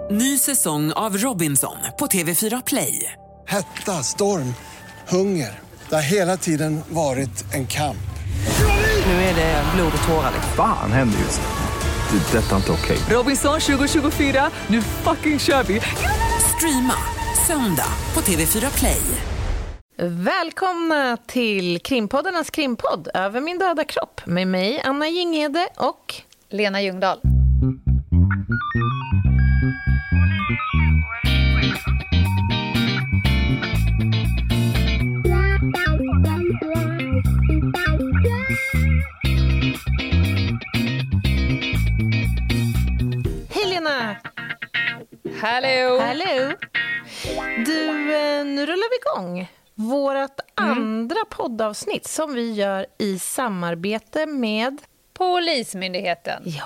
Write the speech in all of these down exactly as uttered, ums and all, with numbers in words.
Ny säsong av Robinson på T V fyra Play. Hetta, storm, hunger. Det har hela tiden varit en kamp. Nu är det blod och tårar. Fan händer just nu. Det. Detta är inte okej. Robinson tjugo tjugofyra, nu fucking kör vi. Streama söndag på T V fyra Play. Välkomna till Krimpoddarnas krimpodd Över min döda kropp med mig, Anna Jinghede och Lena Ljungdahl. Hej Lena! Hallå! Hallå! Du, nu rullar vi igång vårt mm. andra poddavsnitt som vi gör i samarbete med Polismyndigheten. Ja.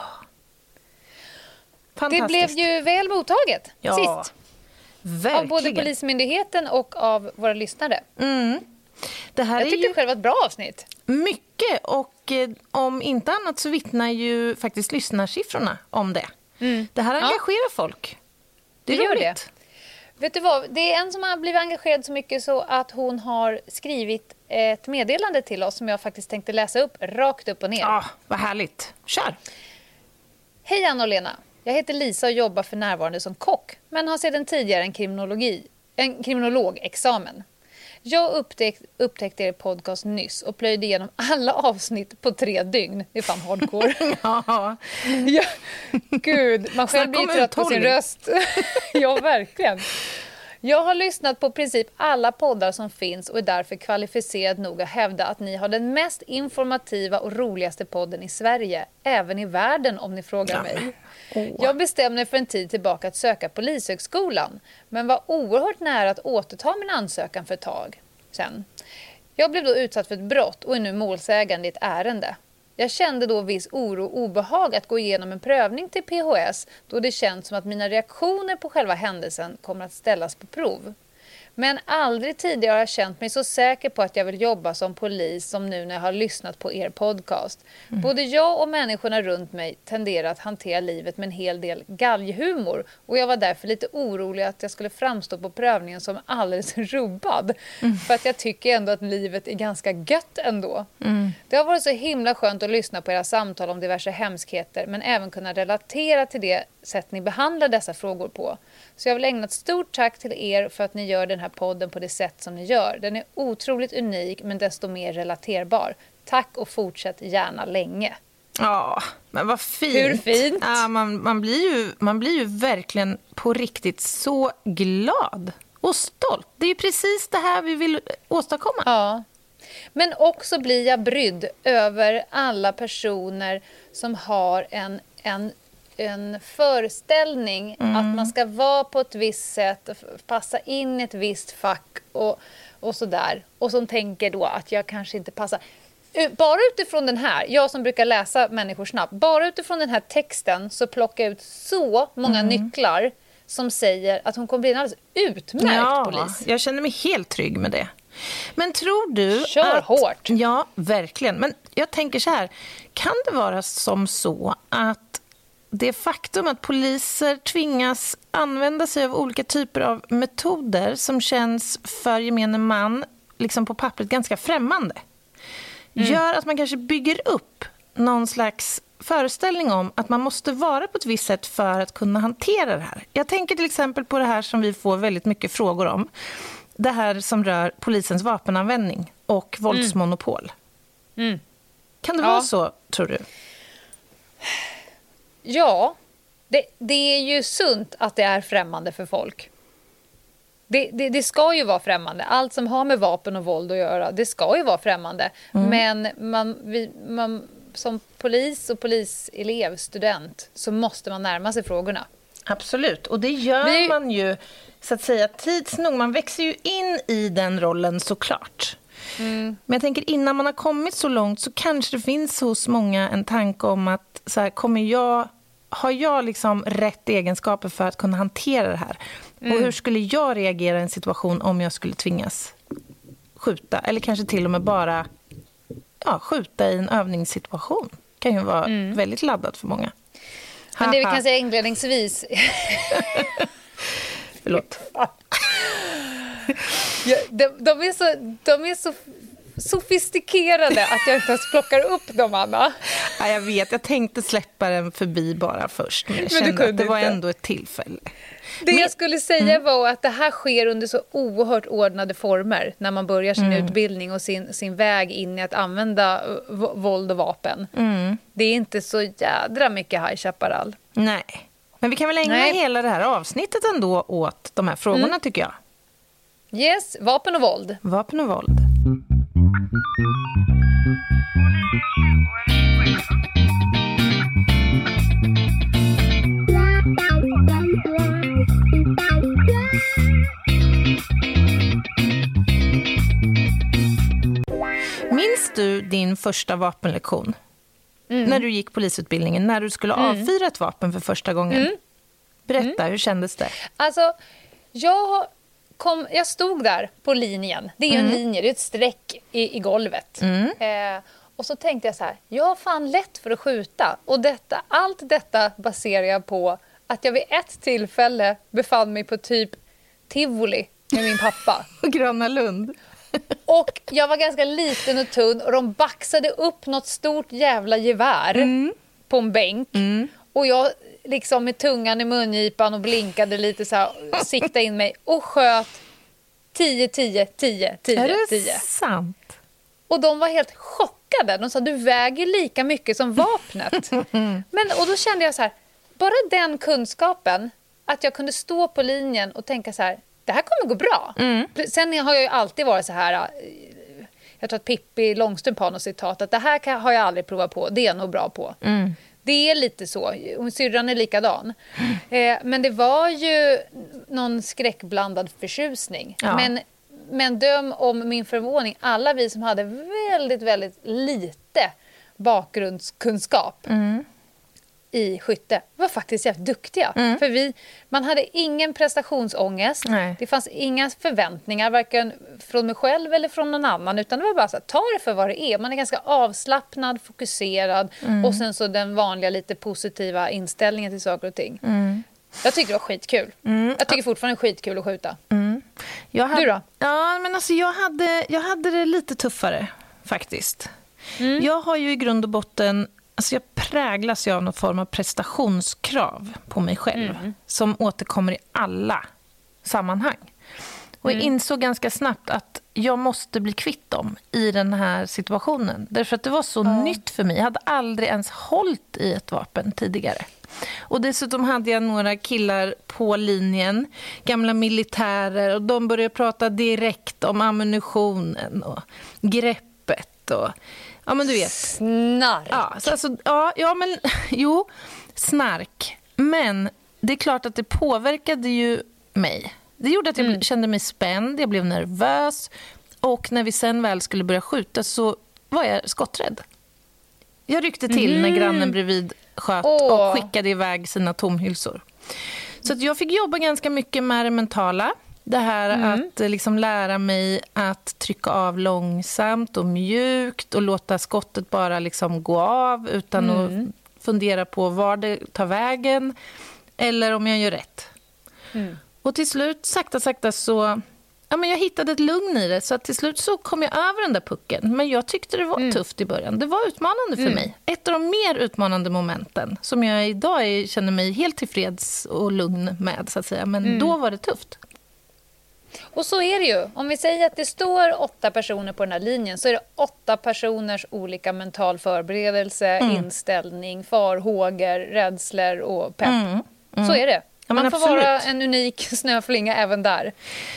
Det blev ju väl mottaget ja, sist. Verkligen. Av både Polismyndigheten och av våra lyssnare. Mm. Det här Jag är tyckte ju själv var ett bra avsnitt. Mycket, och eh, om inte annat så vittnar ju faktiskt lyssnarsiffrorna om det. Mm. Det här engagerar ja. folk. Det är det roligt. Gör det. Vet du vad? Det är en som har blivit engagerad så mycket så att hon har skrivit ett meddelande till oss som jag faktiskt tänkte läsa upp rakt upp och ner. Ja, vad härligt. Kör! Hej Anna och Lena. Jag heter Lisa och jobbar för närvarande som kock, men har sedan tidigare en kriminologi, en kriminologexamen. Jag upptäck, upptäckte er podcast nyss och plöjde igenom alla avsnitt på tre dygn. Det är fan hardcore. ja. ja. Gud, man själv blir trött på sin röst. ja, verkligen. Jag har lyssnat på princip alla poddar som finns och är därför kvalificerad nog att hävda att ni har den mest informativa och roligaste podden i Sverige, även i världen om ni frågar mig. Oh. Jag bestämde mig för en tid tillbaka att söka Polishögskolan, men var oerhört nära att återta min ansökan för ett tag sen. Jag blev då utsatt för ett brott och är nu målsägande i ett ärende. Jag kände då viss oro och obehag att gå igenom en prövning till P H S då det känns som att mina reaktioner på själva händelsen kommer att ställas på prov. Men aldrig tidigare har jag känt mig så säker på att jag vill jobba som polis som nu när jag har lyssnat på er podcast. Mm. Både jag och människorna runt mig tenderar att hantera livet med en hel del galghumor och jag var därför lite orolig att jag skulle framstå på prövningen som alldeles rubbad. Mm. För att jag tycker ändå att livet är ganska gött ändå. Mm. Det har varit så himla skönt att lyssna på era samtal om diverse hemskheter men även kunna relatera till det sätt ni behandlar dessa frågor på. Så jag vill ägna ett stort tack till er för att ni gör den här podden på det sätt som ni gör. Den är otroligt unik men desto mer relaterbar. Tack och fortsätt gärna länge. Ja, men vad fint. Hur fint? Ja, man, man, blir ju, man blir ju verkligen på riktigt så glad och stolt. Det är ju precis det här vi vill åstadkomma. Ja, men också blir jag brydd över alla personer som har en... en en föreställning mm. att man ska vara på ett visst sätt, passa in i ett visst fack och, och sådär. Och som tänker då att jag kanske inte passar. Bara utifrån den här, jag som brukar läsa människor snabbt, bara utifrån den här texten så plockar jag ut så många mm. nycklar som säger att hon kommer bli en alldeles utmärkt ja, polis. Jag känner mig helt trygg med det. Men tror du Kör att... hårt. Ja, verkligen. Men jag tänker så här, kan det vara som så att det faktum att poliser tvingas använda sig av olika typer av metoder som känns för gemene man liksom på pappret ganska främmande mm. gör att man kanske bygger upp någon slags föreställning om att man måste vara på ett visst sätt för att kunna hantera det här. Jag tänker till exempel på det här som vi får väldigt mycket frågor om. Det här som rör polisens vapenanvändning och våldsmonopol. Mm. Kan det ja. vara så, tror du? Ja, det, det är ju sunt att det är främmande för folk. Det, det, det ska ju vara främmande. Allt som har med vapen och våld att göra, det ska ju vara främmande. Mm. Men man, vi, man, som polis och poliselev, student, så måste man närma sig frågorna. Absolut, och det gör vi... man ju så att säga tids nog. Man växer ju in i den rollen såklart. Mm. Men jag tänker innan man har kommit så långt så kanske det finns hos många en tanke om att så här, kommer jag, har jag liksom rätt egenskaper för att kunna hantera det här? Mm. Och hur skulle jag reagera i en situation om jag skulle tvingas skjuta? Eller kanske till och med bara ja, skjuta i en övningssituation. Kan ju vara mm. väldigt laddat för många. Men det vi kan säga inledningsvis... Förlåt. Ja, de, de, är så, de är så sofistikerade att jag inte ens plockar upp dem, Anna. Ja, jag vet, jag tänkte släppa den förbi bara först. Men jag men kände att det var inte. ändå ett tillfälle. Det men... jag skulle säga mm. var att det här sker under så oerhört ordnade former när man börjar sin mm. utbildning och sin, sin väg in i att använda v- våld och vapen. Mm. Det är inte så jädra mycket High Chaparral. Nej, men vi kan väl ägna Nej. hela det här avsnittet ändå åt de här frågorna mm. tycker jag. Yes, vapen och våld. Vapen och våld. Minns du din första vapenlektion? Mm. När du gick polisutbildningen, när du skulle mm. avfyra ett vapen för första gången? Mm. Berätta, mm. hur kändes det? Alltså, jag, kom, jag stod där på linjen. Det är ju mm. en linje, det är ett streck i, i golvet. Mm. Eh, och så tänkte jag så här, jag har fan lätt för att skjuta. Och detta, allt detta baserar jag på att jag vid ett tillfälle befann mig på typ Tivoli med min pappa. Och Gröna Lund. Och jag var ganska liten och tunn och de baxade upp något stort jävla gevär mm. på en bänk. Mm. Och jag liksom med tungan i mungipan och blinkade lite så här, siktade in mig och sköt tio, tio, tio, tio, är det tio. Sant? Och de var helt chockade. De sa, du väger lika mycket som vapnet. Men, och då kände jag så här, bara den kunskapen att jag kunde stå på linjen och tänka så här, det här kommer gå bra. Mm. Sen har jag ju alltid varit så här, jag tror att Pippi Långstrump har något citat, att det här kan, har jag aldrig provat på, det är jag nog bra på. Mm. Det är lite så, och syrran är likadan. Mm. Eh, men det var ju någon skräckblandad förtjusning. Ja. Men, men döm om min förvåning, alla vi som hade väldigt, väldigt lite bakgrundskunskap mm. i skytte var faktiskt jävligt duktiga. Mm. För vi, man hade ingen prestationsångest. Nej. Det fanns inga förväntningar varken från mig själv eller från någon annan, utan det var bara så att ta det för vad det är. Man är ganska avslappnad, fokuserad mm. och sen så den vanliga lite positiva inställningen till saker och ting. Mm. Jag tycker det var skitkul. Mm. Jag tycker fortfarande det är skitkul att skjuta. Mm. Jag hade, du då? Ja, men alltså jag hade, jag hade det lite tuffare faktiskt. Mm. Jag har ju i grund och botten, alltså jag präglas ju av någon form av prestationskrav på mig själv mm. som återkommer i alla sammanhang. Och jag mm. insåg ganska snabbt att jag måste bli kvitt dem i den här situationen. Därför att det var så mm. nytt för mig. Jag hade aldrig ens hållit i ett vapen tidigare. Och dessutom hade jag några killar på linjen, gamla militärer, och de började prata direkt om ammunitionen och greppet och ja, men du vet. Snark. Ja, så alltså, ja, ja, men jo, snark. Men det är klart att det påverkade ju mig. Det gjorde att jag mm. kände mig spänd, jag blev nervös. Och när vi sen väl skulle börja skjuta så var jag skotträdd. Jag ryckte till mm. när grannen bredvid sköt oh. och skickade iväg sina tomhylsor. Så att jag fick jobba ganska mycket med det mentala. Det här mm. att liksom lära mig att trycka av långsamt och mjukt och låta skottet bara liksom gå av utan mm. att fundera på var det tar vägen eller om jag gör rätt. Mm. Och till slut, sakta, sakta så... Ja, men jag hittade ett lugn i det, så att till slut så kom jag över den där pucken. Men jag tyckte det var mm. tufft i början. Det var utmanande för mm. mig. Ett av de mer utmanande momenten som jag idag är, känner mig helt tillfreds och lugn med, så att säga. Men mm. då var det tufft. Och så är det ju. Om vi säger att det står åtta personer på den här linjen så är det åtta personers olika mental förberedelse, mm. inställning, farhågor, rädslor och pepp. Mm. Mm. Så är det. Ja, man får absolut vara en unik snöflinga även där.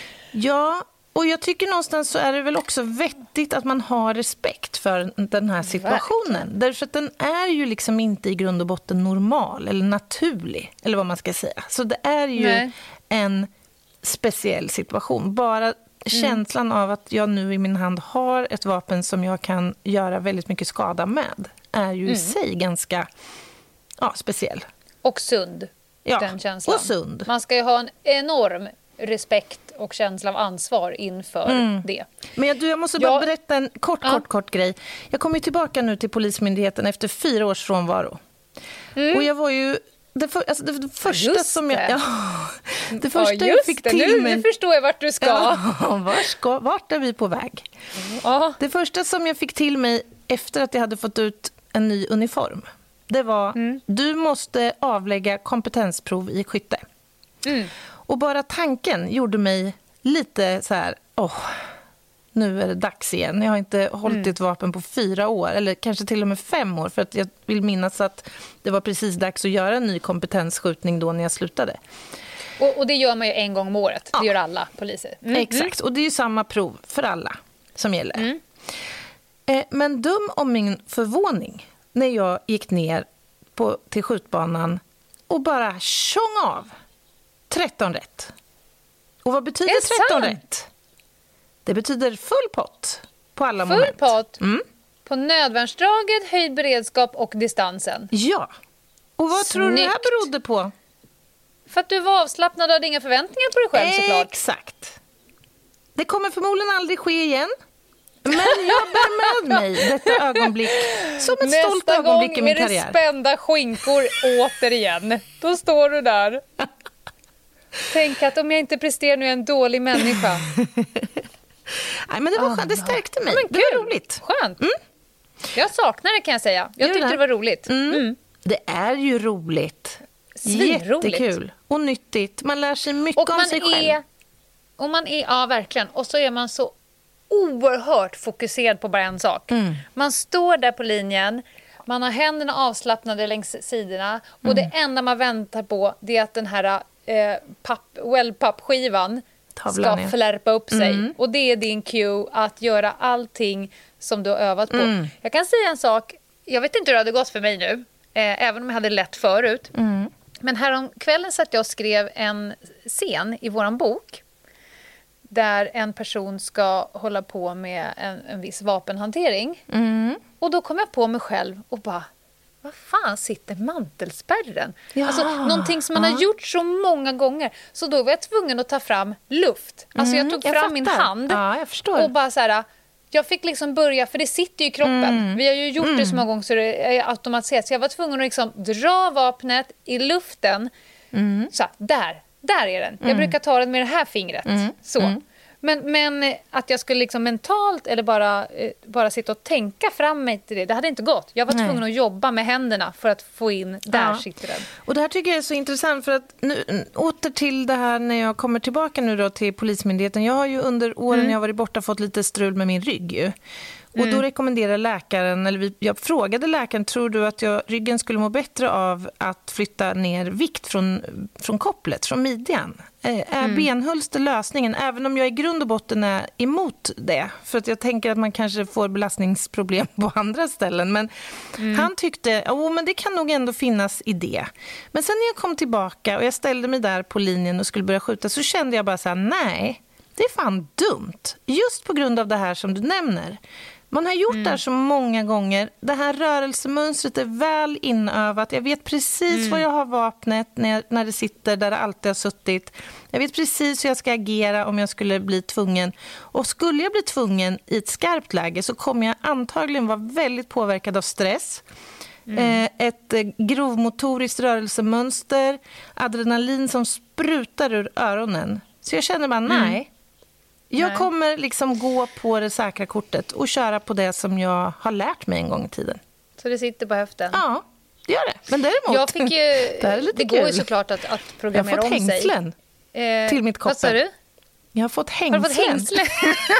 Ja, och jag tycker någonstans så är det väl också vettigt att man har respekt för den här situationen. Verkligen. Därför att den är ju liksom inte i grund och botten normal eller naturlig, eller vad man ska säga. Så det är ju Nej. en speciell situation. Bara mm. känslan av att jag nu i min hand har ett vapen som jag kan göra väldigt mycket skada med är ju mm. i sig ganska ja, speciell. Och sund, ja, den känslan. Och sund. Man ska ju ha en enorm respekt och känsla av ansvar inför mm. det. Men jag, du, jag måste bara jag... berätta en kort, ja. kort, kort grej. Jag kom ju tillbaka nu till Polismyndigheten efter fyra års frånvaro. Mm. Och jag var ju det, för, alltså det, det första just som jag... det. Ja, det första ja, jag fick det. till nu, mig... Nu förstår jag vart du ska. Ja, vart, ska vart är vi på väg? Ja. Det första som jag fick till mig efter att jag hade fått ut en ny uniform, det var mm. du måste avlägga kompetensprov i skytte. Mm. Och bara tanken gjorde mig lite så här, åh, nu är det dags igen. Jag har inte hållit mm. ett vapen på fyra år, eller kanske till och med fem år, för att jag vill minnas att det var precis dags att göra en ny kompetensskjutning då när jag slutade. Och, och det gör man ju en gång om året. Ja. Det gör alla poliser. Mm. Exakt, och det är ju samma prov för alla som gäller. Mm. Eh, men dum om min förvåning när jag gick ner på, till skjutbanan och bara tjong av tretton rätt. Och vad betyder tretton rätt? Det betyder full pott på alla full moment. Full pott mm. på nödvärnsdraget, höjd beredskap och distansen. Ja. Och vad Snyggt. Tror du det här berodde på? För att du var avslappnad och hade inga förväntningar på dig själv såklart. Exakt. Det kommer förmodligen aldrig ske igen. Men jag bär med mig detta ögonblick som ett Nästa stolt ögonblick i min karriär. Nästa gång är det spända skinkor återigen. Då står du där. Tänk att om jag inte presterar nu är jag en dålig människa. Nej, men det, var, oh, det stärkte mig. Men det var roligt. Skönt. Mm. Jag saknar det kan jag säga. Jag tyckte det, det var roligt. Mm. Mm. Det är ju roligt. Svinroligt. Jättekul. Och nyttigt. Man lär sig mycket och om man sig är, själv. Och man är, ja verkligen. Och så är man så oerhört fokuserad på bara en sak. Mm. Man står där på linjen. Man har händerna avslappnade längs sidorna. Och mm. det enda man väntar på det är att den här eh, papp, wellpappskivan ska flärpa upp sig. Mm. Och det är din cue att göra allting som du har övat på. Mm. Jag kan säga en sak. Jag vet inte hur det hade gått för mig nu. Eh, även om jag hade lätt förut. Mm. Men härom kvällen satt jag och skrev en scen i våran bok. Där en person ska hålla på med en, en viss vapenhantering. Mm. Och då kom jag på mig själv och bara... Vad fan sitter mantelspärren? Ja. Alltså någonting som man ja. har gjort så många gånger. Så då var jag tvungen att ta fram luft. Alltså jag tog jag fram fattar. min hand. Ja, jag förstår. Och bara så här... Jag fick liksom börja, för det sitter ju i kroppen. Mm. Vi har ju gjort mm. det så många gånger så det är automatiserat. Så jag var tvungen att liksom dra vapnet i luften. Mm. Så där, där är den. Mm. Jag brukar ta den med det här fingret. Mm. Så. Mm. Men, men att jag skulle liksom mentalt eller bara, eh, bara sitta och tänka fram mig till det, det hade inte gått. Jag var tvungen Nej. att jobba med händerna för att få in, där ja. sitter den. Och det här tycker jag är så intressant för att nu, åter till det här när jag kommer tillbaka nu då till Polismyndigheten. Jag har ju under åren mm. jag varit borta fått lite strul med min rygg ju. Och mm. då rekommenderar läkaren, eller vi, jag frågade läkaren, tror du att jag, ryggen skulle må bättre av att flytta ner vikt från, från kopplet, från midjan? Är mm. benhölster lösningen, även om jag i grund och botten är emot det? För att jag tänker att man kanske får belastningsproblem på andra ställen. Men mm. han tyckte, oh, men det kan nog ändå finnas i det. Men sen när jag kom tillbaka och jag ställde mig där på linjen och skulle börja skjuta så kände jag bara så här, nej, det är fan dumt. Just på grund av det här som du nämner. Man har gjort mm. det här så många gånger. Det här rörelsemönstret är väl inövat. Jag vet precis mm. var jag har vapnet när, jag, när det sitter där det alltid har suttit. Jag vet precis hur jag ska agera om jag skulle bli tvungen. Och skulle jag bli tvungen i ett skarpt läge så kommer jag antagligen vara väldigt påverkad av stress. Mm. Eh, ett eh, grovmotoriskt rörelsemönster. Adrenalin som sprutar ur öronen. Så jag känner bara, nej. Mm. Jag Nej. kommer liksom gå på det säkra kortet och köra på det som jag har lärt mig en gång i tiden. Så det sitter på höften? Ja, det gör det. Men däremot, jag fick ju, det, är lite det kul. går ju såklart att, att programmera om sig. Jag har fått hängslen eh, till mitt koppel. Vad sa du? Jag har fått hängslen. Har du fått hängslen?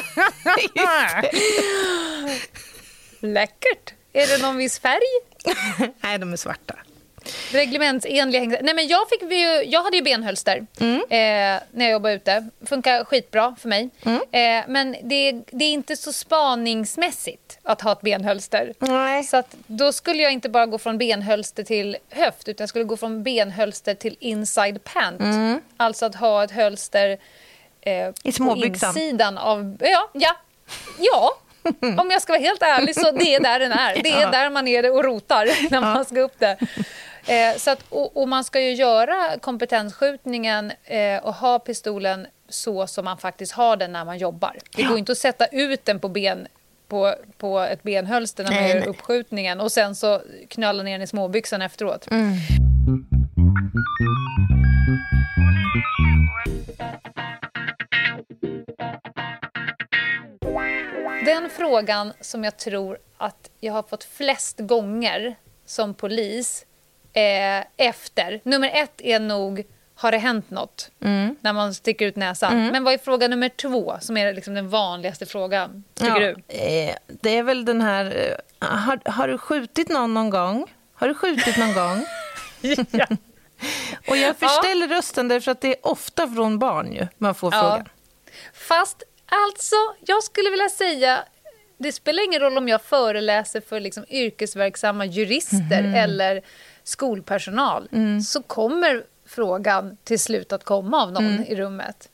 Läckert. Är det någon viss färg? Nej, de är svarta. Reglementsenliga hängslen. Nej, men jag, fick ju, jag hade ju benhölster mm. eh, när jag jobbade ute. Funkar skitbra för mig. Mm. Eh, men det, det är inte så spaningsmässigt att ha ett benhölster. Nej. Så att då skulle jag inte bara gå från benhölster till höft, utan jag skulle gå från benhölster till inside pant. Mm. Alltså att ha ett hölster eh, i småbyxan. På insidan av... Ja, ja, ja. Om jag ska vara helt ärlig så det är där den är. Det är ja. där man är det och rotar när man ja. ska upp det. Eh, så att, och, och man ska ju göra kompetensskjutningen eh, och ha pistolen så som man faktiskt har den när man jobbar. Det ja. går inte att sätta ut den på, ben, på, på ett benhölster när man nej, gör nej. uppskjutningen och sen så knölla ner den i småbyxan efteråt. Mm. Den frågan som jag tror att jag har fått flest gånger som polis eh, efter, nummer ett är nog, har det hänt något? Mm. När man sticker ut näsan. Mm. Men vad är fråga nummer två som är liksom den vanligaste frågan, tycker ja, du? Eh, det är väl den här, eh, har, har du skjutit någon någon gång? Har du skjutit någon gång? Ja. Och jag förställer ja. rösten därför att det är ofta från barn ju man får ja. frågan. Fast alltså, jag skulle vilja säga, det spelar ingen roll om jag föreläser för liksom yrkesverksamma jurister mm. eller skolpersonal, mm. så kommer frågan till slut att komma av någon mm. i rummet.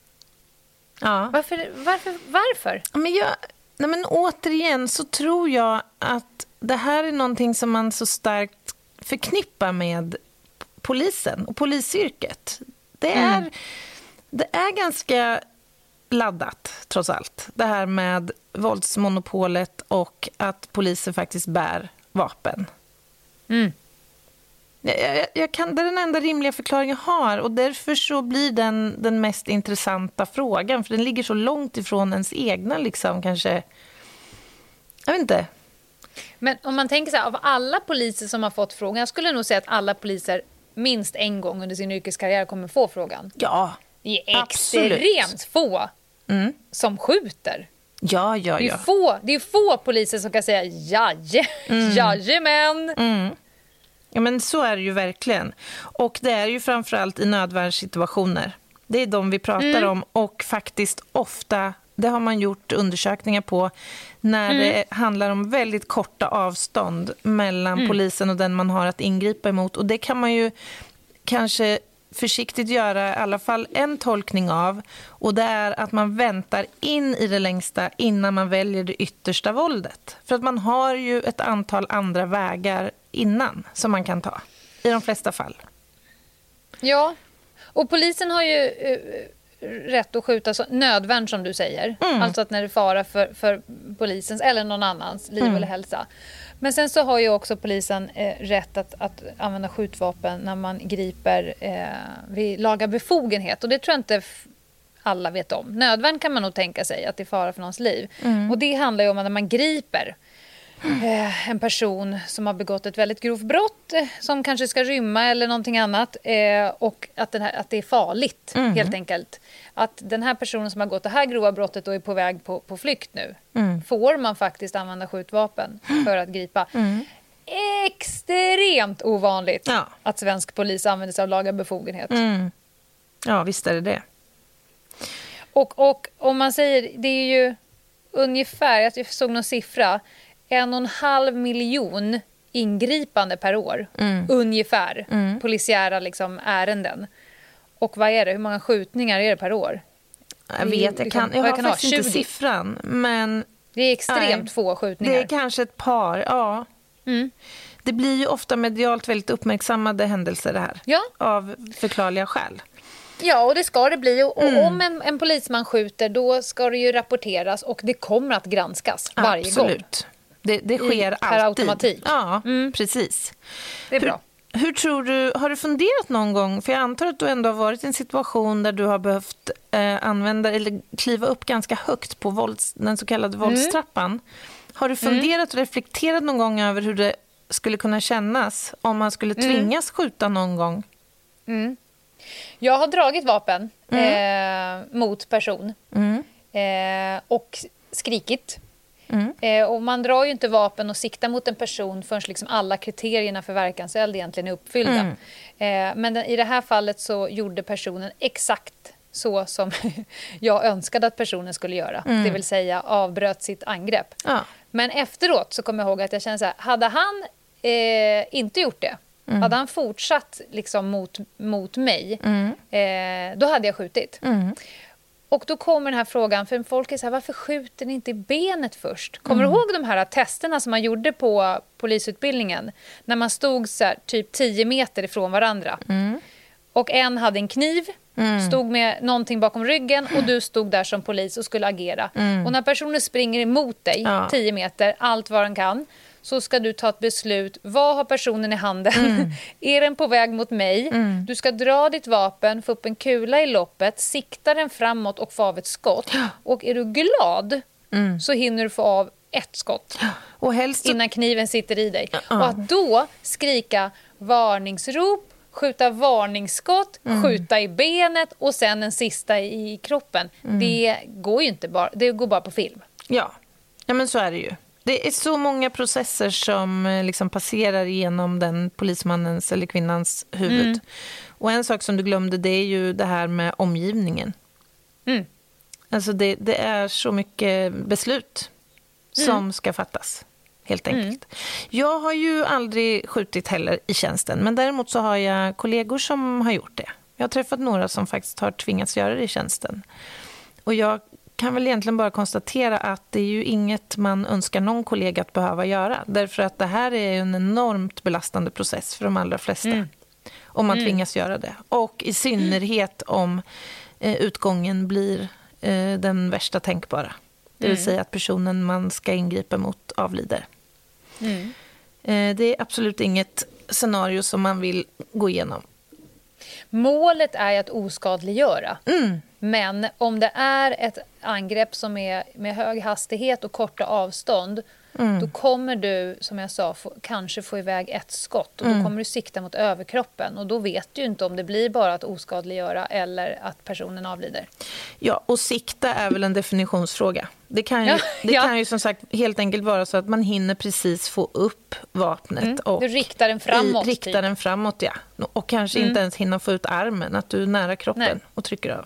Ja. Varför? Varför? varför? Men, jag, nej men återigen så tror jag att det här är någonting som man så starkt förknippar med polisen och polisyrket. Det är, mm. det är ganska laddat, trots allt. Det här med våldsmonopolet och att poliser faktiskt bär vapen. Mm. Jag, jag, jag kan, det är den enda rimliga förklaringen jag har, och därför så blir den den mest intressanta frågan, för den ligger så långt ifrån ens egna liksom, kanske. Jag vet inte. Men om man tänker så här, av alla poliser som har fått frågan, jag skulle nog säga att alla poliser minst en gång under sin yrkeskarriär kommer få frågan. Ja, det är extremt få mm. som skjuter. Ja, ja, ja. Det är få, det är få poliser som kan säga jaje, mm. jajamän. Mm. Ja, men så är det ju verkligen. Och det är ju framförallt i nödvärnssituationer. Det är de vi pratar mm. om, och faktiskt ofta, det har man gjort undersökningar på, när mm. det handlar om väldigt korta avstånd mellan mm. polisen och den man har att ingripa emot. Och det kan man ju kanske försiktigt göra i alla fall en tolkning av, och det är att man väntar in i det längsta innan man väljer det yttersta våldet. För att man har ju ett antal andra vägar innan som man kan ta i de flesta fall. Ja, och polisen har ju uh, rätt att skjuta så, nödvärn som du säger. Mm. Alltså att när det är fara för, för polisens eller någon annans liv mm. eller hälsa. Men sen så har ju också polisen eh, rätt att, att använda skjutvapen när man griper eh, vid laga befogenhet. Och det tror jag inte f- alla vet om. Nödvärn kan man nog tänka sig att det är fara för någons liv. Mm. Och det handlar ju om att när man griper eh, en person som har begått ett väldigt grovt brott, eh, som kanske ska rymma eller någonting annat, eh, och att, den här, att det är farligt mm. helt enkelt. Att den här personen som har gått det här grova brottet och är på väg på, på flykt nu, mm. får man faktiskt använda skjutvapen för att gripa. Mm. Extremt ovanligt ja. att svensk polis använder sig av laga befogenhet. Mm. Ja, visst är det det. Och, och om man säger, det är ju ungefär, jag såg någon siffra, en och en halv miljon ingripande per år. Mm. Ungefär. Mm. Polisiära liksom, ärenden. Och vad är det? Hur många skjutningar är det per år? Jag vet, jag, kan, jag har kan faktiskt ha? inte siffran. Men det är extremt nej, få skjutningar. Det är kanske ett par, ja. Mm. Det blir ju ofta medialt väldigt uppmärksammade händelser det här. Ja. Av förklarliga skäl. Ja, och det ska det bli. Och mm. om en, en polisman skjuter, då ska det ju rapporteras och det kommer att granskas varje Absolut. gång. Absolut. Det, det sker I, alltid. automatik. Ja, mm. precis. Det är bra. Hur, hur tror du, har du funderat någon gång, för jag antar att du ändå har varit i en situation där du har behövt eh, använda eller kliva upp ganska högt på vålds, den så kallade våldstrappan. Mm. Har du funderat och reflekterat någon gång över hur det skulle kunna kännas om man skulle tvingas mm. skjuta någon gång? Mm. Jag har dragit vapen mm. eh, mot person mm. eh, och skrikit. Mm. Eh, och man drar ju inte vapen och siktar mot en person förrän liksom alla kriterierna för verkanseld egentligen är uppfyllda. Mm. Eh, men den, i det här fallet så gjorde personen exakt så som jag önskade att personen skulle göra. Mm. Det vill säga avbröt sitt angrepp. Ja. Men efteråt så kommer jag ihåg att jag kände så här, hade han eh, inte gjort det, mm. hade han fortsatt liksom mot, mot mig, mm. eh, då hade jag skjutit. Mm. Och då kommer den här frågan, för folk är så här, varför skjuter ni inte i benet först? Kommer mm. du ihåg de här testerna som man gjorde på polisutbildningen? När man stod så här, typ tio meter ifrån varandra. Mm. Och en hade en kniv, mm. stod med någonting bakom ryggen och du stod där som polis och skulle agera. Mm. Och när personen springer emot dig ja. tio meter, allt vad den kan, så ska du ta ett beslut. Vad har personen i handen? Mm. Är den på väg mot mig? Mm. Du ska dra ditt vapen, få upp en kula i loppet, sikta den framåt och få av ett skott. Och är du glad mm. så hinner du få av ett skott och helst... innan kniven sitter i dig. Uh-uh. Och att då skrika varningsrop, skjuta varningsskott, mm. skjuta i benet och sen en sista i kroppen. Mm. Det går ju inte bara, det går bara på film. Ja. Ja, men så är det ju. Det är så många processer som liksom passerar igenom den polismannens eller kvinnans huvud. Mm. Och en sak som du glömde, det är ju det här med omgivningen. Mm. Alltså det, det är så mycket beslut mm. som ska fattas. Helt enkelt. Mm. Jag har ju aldrig skjutit heller i tjänsten. Men däremot så har jag kollegor som har gjort det. Jag har träffat några som faktiskt har tvingats göra det i tjänsten. Och jag kan väl egentligen bara konstatera att det är ju inget man önskar någon kollega att behöva göra. Därför att det här är en enormt belastande process för de allra flesta. Mm. Om man mm. tvingas göra det. Och i synnerhet om eh, utgången blir eh, den värsta tänkbara. Det vill mm. säga att personen man ska ingripa mot avlider. Mm. Eh, det är absolut inget scenario som man vill gå igenom. Målet är att oskadliggöra. Mm. Men om det är ett angrepp som är med hög hastighet och korta avstånd, mm. då kommer du, som jag sa, få, kanske få iväg ett skott. Och då mm. kommer du sikta mot överkroppen. Och då vet du inte om det blir bara att oskadliggöra eller att personen avlider. Ja, och sikta är väl en definitionsfråga. Det kan ju, ja, det ja. kan ju som sagt helt enkelt vara så att man hinner precis få upp vapnet. Mm. Och du riktar den framåt. I, riktar typ. den framåt, ja. Och kanske mm. inte ens hinner få ut armen. Att du är nära kroppen Nej. och trycker av.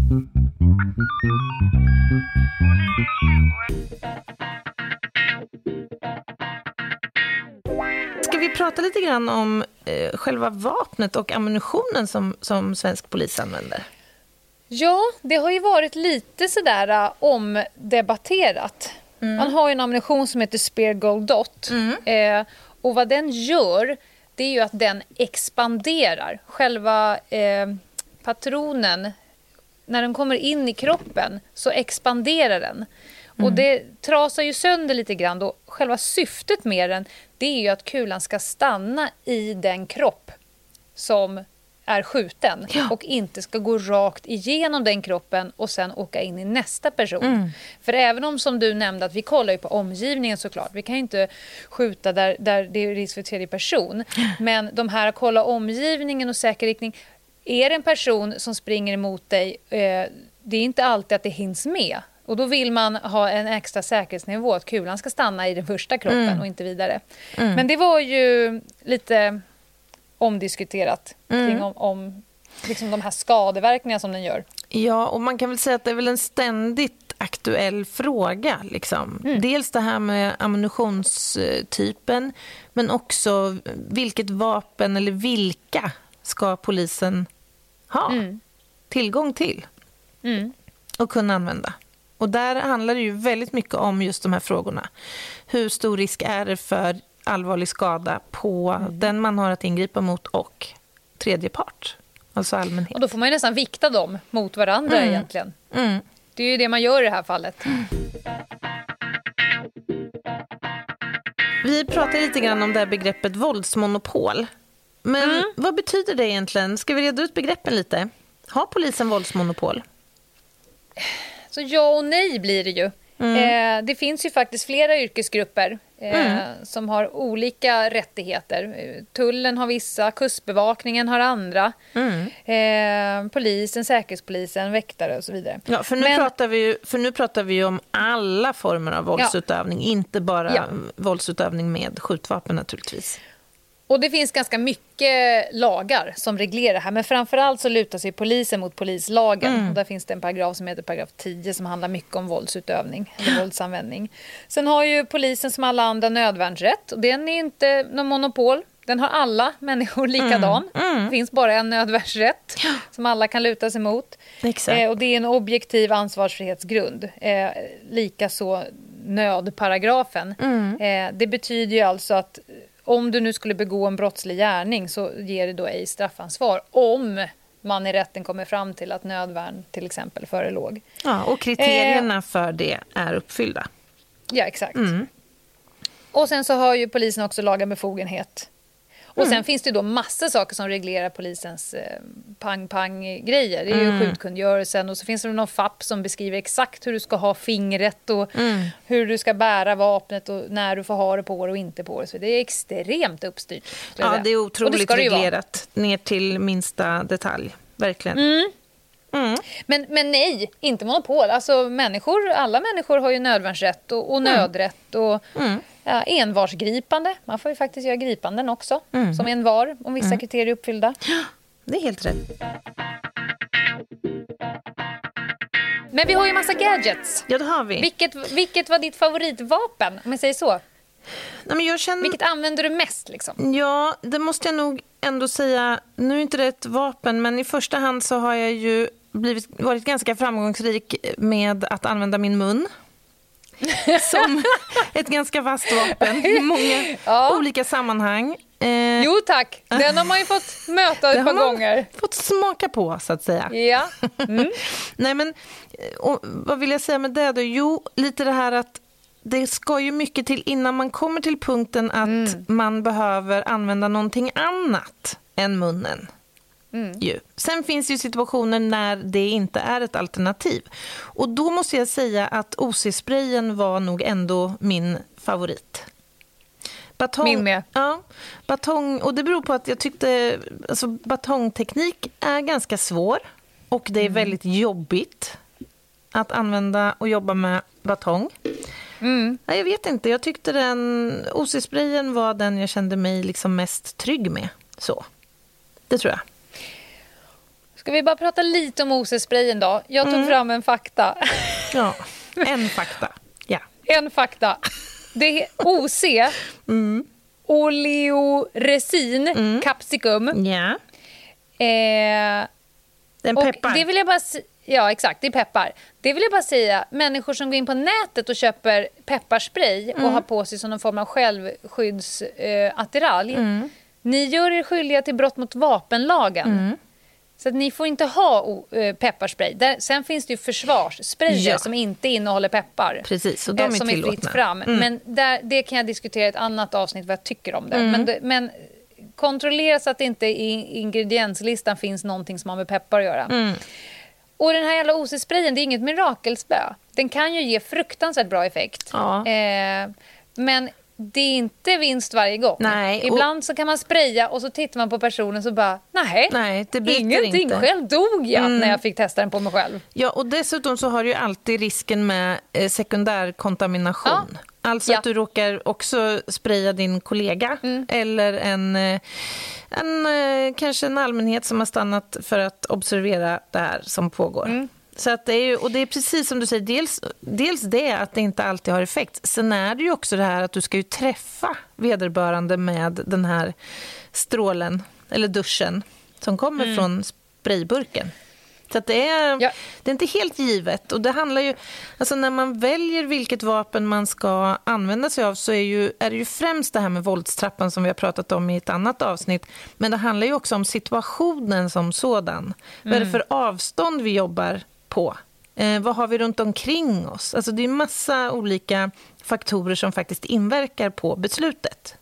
Ska vi prata lite grann om eh, själva vapnet och ammunitionen som, som svensk polis använder? Ja, det har ju varit lite sådär uh, omdebatterat. Mm. Man har ju en ammunition som heter Speer Gold Dot. Mm. Eh, och vad den gör, det är ju att den expanderar. Själva eh, patronen, när den kommer in i kroppen så expanderar den. Mm. Och det trasar ju sönder lite grann då. Själva syftet med den, det är ju att kulan ska stanna i den kropp som är skjuten. Ja. Och inte ska gå rakt igenom den kroppen och sen åka in i nästa person. Mm. För även om, som du nämnde, att vi kollar ju på omgivningen såklart. Vi kan ju inte skjuta där, där det är risk för tredje person. Men de här kolla omgivningen och säkerriktning. Är det en person som springer emot dig, eh, det är inte alltid att det hinns med. Och då vill man ha en extra säkerhetsnivå, att kulan ska stanna i den första kroppen mm. och inte vidare. Mm. Men det var ju lite omdiskuterat mm. kring om, om liksom de här skadeverkningarna som den gör. Ja, och man kan väl säga att det är väl en ständigt aktuell fråga. Liksom. Mm. Dels det här med ammunitionstypen, men också vilket vapen eller vilka ska polisen ha mm. tillgång till mm. och kunna använda. Och där handlar det ju väldigt mycket om just de här frågorna. Hur stor risk är det för allvarlig skada på mm. den man har att ingripa mot och tredje part, alltså allmänhet. Och då får man ju nästan vikta dem mot varandra mm. egentligen. Mm. Det är ju det man gör i det här fallet. Mm. Vi pratar lite grann om det här begreppet våldsmonopol. Men mm. vad betyder det egentligen? Ska vi reda ut begreppen lite? Har polisen våldsmonopol? Så ja och nej blir det ju. Mm. Eh, det finns ju faktiskt flera yrkesgrupper eh, mm. som har olika rättigheter. Tullen har vissa, kustbevakningen har andra. Mm. Eh, polisen, säkerhetspolisen, väktare och så vidare. Ja, för nu, Men, pratar vi ju, för nu pratar vi ju om alla former av våldsutövning. Ja. Inte bara ja. våldsutövning med skjutvapen naturligtvis. Och det finns ganska mycket lagar som reglerar det här. Men framförallt så lutar sig polisen mot polislagen. Mm. Och där finns det en paragraf som heter paragraf tio som handlar mycket om våldsutövning eller våldsanvändning. Sen har ju polisen som alla andra nödvärnsrätt. Och den är inte någon monopol. Den har alla människor likadan. Mm. Mm. Det finns bara en nödvärnsrätt som alla kan luta sig mot. Exakt. Eh, och det är en objektiv ansvarsfrihetsgrund. Eh, Likaså nödparagrafen. Mm. Eh, det betyder ju alltså att om du nu skulle begå en brottslig gärning så ger det då ej straffansvar om man i rätten kommer fram till att nödvärn till exempel förelåg. Ja, och kriterierna eh, för det är uppfyllda. Ja, exakt. Mm. Och sen så har ju polisen också laga befogenhet. Och Mm. sen finns det ju då massor saker som reglerar polisens eh, pang-pang-grejer. Det är ju Mm. skjutkungörelsen och så finns det någon F A P som beskriver exakt hur du ska ha fingret och Mm. hur du ska bära vapnet och när du får ha det på det och inte på det. Så det är extremt uppstyrt. skulle jag Ja, säga. det är Och otroligt ska det ju vara. reglerat ner till minsta detalj. Verkligen. Mm. Mm. Men, men nej, inte monopol. Alltså människor, alla människor har ju nödvärnsrätt och, och nödrätt och Mm. ja, envarsgripande. Man får ju faktiskt göra gripanden också. Mm. Som envar, om vissa kriterier är uppfyllda. Det är helt rätt. Men vi har ju massa gadgets. Ja, det har vi. Vilket, vilket var ditt favoritvapen, om jag säger så? Nej, men jag känner... Vilket använder du mest liksom? Ja, det måste jag nog ändå säga. Nu är inte det ett vapen, men i första hand så har jag ju blivit, varit ganska framgångsrik med att använda min mun. Som ett ganska vasst vapen i många Ja. olika sammanhang. Eh, Jo tack, den har man ju fått möta det ett har par man gånger. fått smaka på, så att säga. Ja. Mm. Nej, men och, vad vill jag säga med det då? Jo, lite det här att det ska ju mycket till innan man kommer till punkten att Mm. man behöver använda någonting annat än munnen. Mm. Ju. Sen finns ju situationer när det inte är ett alternativ. Och då måste jag säga att O C-sprayen var nog ändå min favorit. Batong, Min med. Ja, batong, och det beror på att jag tyckte alltså, batongteknik är ganska svår och det är Mm. väldigt jobbigt att använda och jobba med batong. Mm. Ja, jag vet inte, jag tyckte den O C-sprayen var den jag kände mig liksom mest trygg med. Så, det tror jag. Ska vi bara prata lite om O C-sprayen då? Jag tog Mm. fram en fakta. Ja, en fakta. Ja. En fakta. Det är O C, Mm. oleoresin, Mm. capsicum. Ja, Eh, den och peppar. det vill jag bara s- Ja, exakt, det är peppar. Det vill jag bara säga, människor som går in på nätet och köper pepparspray Mm. och har på sig som någon form av självskyddsattiralj. Mm. Ni gör er skyldiga till brott mot vapenlagen. Mm. Så att ni får inte ha o- eh, pepparspray. Där, sen finns det ju försvarssprayer Ja. som inte innehåller peppar. Precis, och de eh, är som är fritt tillåtna. fram. Mm. Men där, det kan jag diskutera i ett annat avsnitt vad jag tycker om det. Mm. Men, det- men kontrollera så att det inte i ingredienslistan finns någonting som har med peppar att göra. Mm. Och den här jävla O C-sprayen, det är inget mirakelspö. Den kan ju ge fruktansvärt bra effekt. Ja. Eh, men det är inte vinst varje gång. Nej, och- Ibland så kan man spraya och så tittar man på personen så bara, nej, Nej, det biter ingenting. inte. Själv dog jag Mm. när jag fick testa den på mig själv. Ja, och dessutom så har du ju alltid risken med eh, sekundärkontamination. Ja. Alltså Ja. att du råkar också spraya din kollega Mm. eller en, eh, en eh, kanske en allmänhet som har stannat för att observera det här som pågår. Mm. Så att det är ju, och det är precis som du säger, dels, dels det att det inte alltid har effekt. Sen är det ju också det här att du ska ju träffa vederbörande med den här strålen eller duschen som kommer Mm. från sprayburken. Så att det, är, Ja. det är inte helt givet. Och det handlar ju, alltså när man väljer vilket vapen man ska använda sig av så är, ju, är det ju främst det här med våldstrappan som vi har pratat om i ett annat avsnitt. Men det handlar ju också om situationen som sådan. Vad är det för avstånd vi jobbar på? Eh, vad har vi runt omkring oss? Alltså det är massa olika faktorer som faktiskt inverkar på beslutet.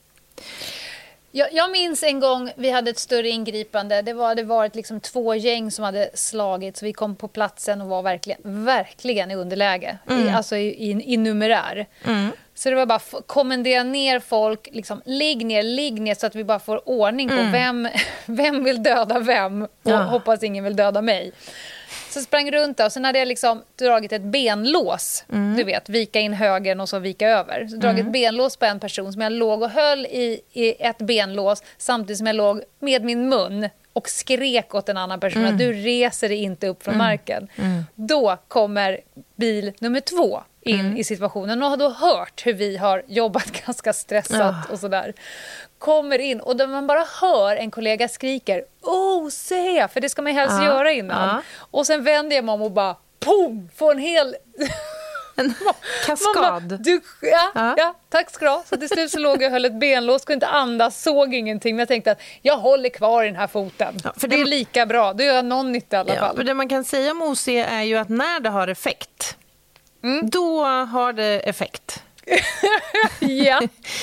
Jag, jag minns en gång vi hade ett större ingripande. Det var det varit liksom två gäng som hade slagit. Så vi kom på platsen och var verkligen, verkligen i underläge. I, alltså i, i, i numerär. Mm. Så det var bara att kommendera ner folk. Liksom, ligg ner, ligg ner så att vi bara får ordning på vem, vem vill döda vem. Och Ja. hoppas ingen vill döda mig. Så sprang runt där och sen hade jag liksom dragit ett benlås. Du vet, vika in högen och så vika över. Så dragit ett benlås på en person som jag låg och höll i, i ett benlås samtidigt som jag låg med min mun och skrek åt en annan person att du reser dig inte upp från marken. Då kommer bil nummer två in i situationen och har då hört hur vi har jobbat ganska stressat Ja. och sådär. Kommer in och då man bara hör en kollega skriker oh, se, för det ska man ju helst Ja, göra innan. ja. Och sen vänder jag mig om och bara pum, får en hel En Man kaskad. bara, du, ja, Ja. ja. tack ska du ha. Så till slut så låg jag och höll ett benlås, kunde inte andas, såg ingenting. Men jag tänkte att jag håller kvar i den här foten. Ja, för för det det- är lika bra, då gör jag någon nytta i alla Ja, fall. för det man kan säga om O C är ju att när det har effekt, Mm. då har det effekt. ja.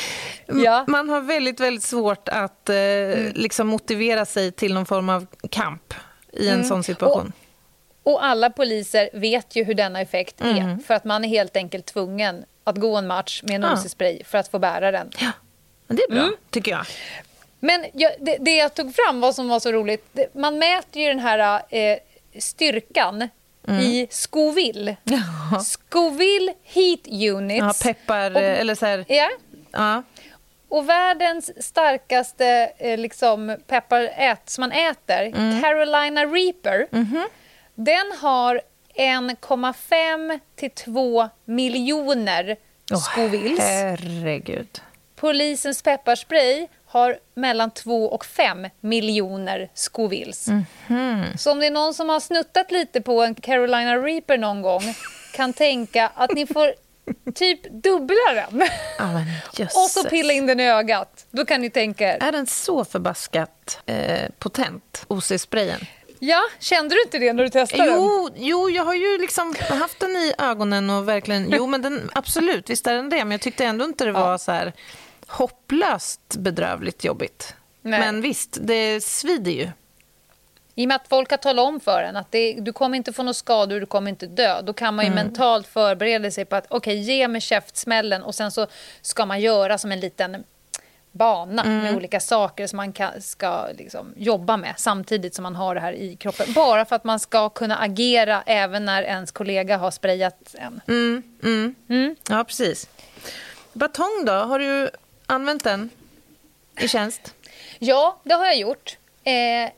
ja. Man har väldigt, väldigt svårt att eh, mm. liksom motivera sig till någon form av kamp i en mm. sån situation. Och, och alla poliser vet ju hur denna effekt mm. är. För att man är helt enkelt tvungen att gå en match med en ja. nosespray för att få bära den. Ja, men det är bra, mm. tycker jag. Men jag, det, det jag tog fram vad som var så roligt, det, man mäter ju den här eh, styrkan mm. i Scoville. Ja. Scoville Heat Units. Ja, peppar och, eller så här. Ja. Ja. Och världens starkaste eh, liksom pepparät som man äter, mm. Carolina Reaper, mm-hmm. den har en komma fem till två miljoner oh, Scovilles. Herregud. Polisens pepparspray har mellan två och fem miljoner Scovilles. Mm-hmm. Så om det är någon som har snuttat lite på en Carolina Reaper någon gång kan tänka att ni får typ dubbla den. Oh, och så pilla in den i ögat. Då kan ni tänka er. Är den så förbaskat eh, potent, O C-sprayen? Ja, kände du inte det när du testade jo, den? Jo, jag har ju liksom haft den i ögonen och verkligen, jo men den, absolut, visst är den det, men jag tyckte ändå inte det var ja. så här hopplöst bedrövligt jobbigt. Nej. Men visst, det svider ju. I och med att folk har talat om för en att det, du kommer inte få några skador, du kommer inte dö. Då kan man ju mm. mentalt förbereda sig på att okej, okay, ge mig käftsmällen och sen så ska man göra som en liten bana mm. med olika saker som man kan, ska liksom jobba med samtidigt som man har det här i kroppen. Bara för att man ska kunna agera även när ens kollega har sprayat en. Mm. Mm. Mm. Ja, precis. Batong då? Har du använt den i tjänst? Ja, det har jag gjort. Eh,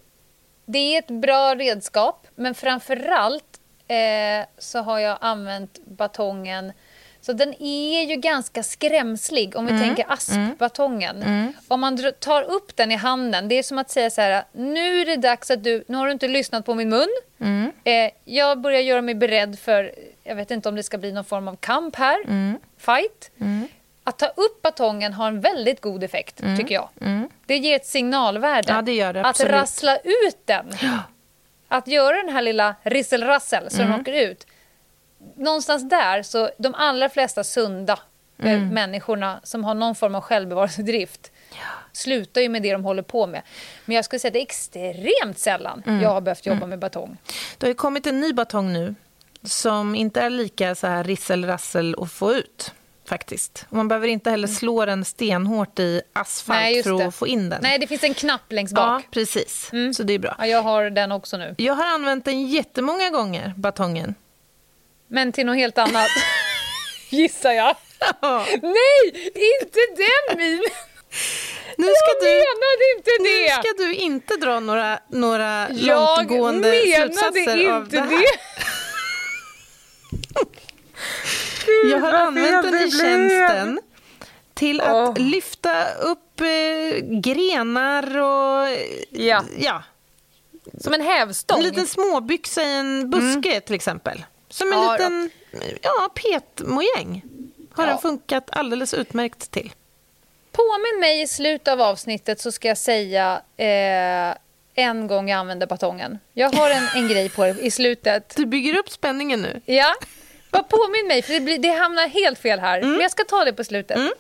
det är ett bra redskap, men framförallt eh, så har jag använt batongen. Så den är ju ganska skrämslig om vi mm. tänker aspbatongen. Mm. Om man tar upp den i handen, det är som att säga så här, nu är det dags att du, nu har du inte lyssnat på min mun. Mm. Eh, jag börjar göra mig beredd för, jag vet inte om det ska bli någon form av kamp här, mm. fight. Mm. Att ta upp batongen har en väldigt god effekt, mm. tycker jag. Mm. Det ger ett signalvärde. Ja, det gör det, att rassla ut den. Ja. Att göra den här lilla risselrassel så mm. den åker ut. Någonstans där, så de allra flesta sunda mm. människorna som har någon form av självbevarelsedrift ja. slutar ju med det de håller på med. Men jag skulle säga att det är extremt sällan mm. jag har behövt jobba mm. med batong. Det har ju kommit en ny batong nu som inte är lika så här risselrassel att få ut. Faktiskt. Man behöver inte heller slå den stenhårt i asfalt. Nej, för att få in den. Nej, det finns en knapp längst bak. Ja, precis. Mm. Så det är bra. Ja, jag har den också nu. Jag har använt den jättemånga gånger, batongen. Men till något helt annat. Gissar jag. Ja. Nej, inte den min. Nu ska jag du, menade inte det. Nu ska du inte dra några, några långtgående slutsatser av det här. Det. Jag har använt den i tjänsten till att oh. lyfta upp eh, grenar och ja. ja. Som en hävstång. En liten småbyxa i en buske mm. till exempel. Som en ja, liten ja, petmojäng. Har ja. den funkat alldeles utmärkt till. Påminn mig i slutet av avsnittet så ska jag säga eh, en gång jag använde batongen. Jag har en, en grej på det i slutet. Du bygger upp spänningen nu. Ja. Bara påminn mig, för det, blir, det hamnar helt fel här. Mm. Men jag ska ta det på slutet. Mm.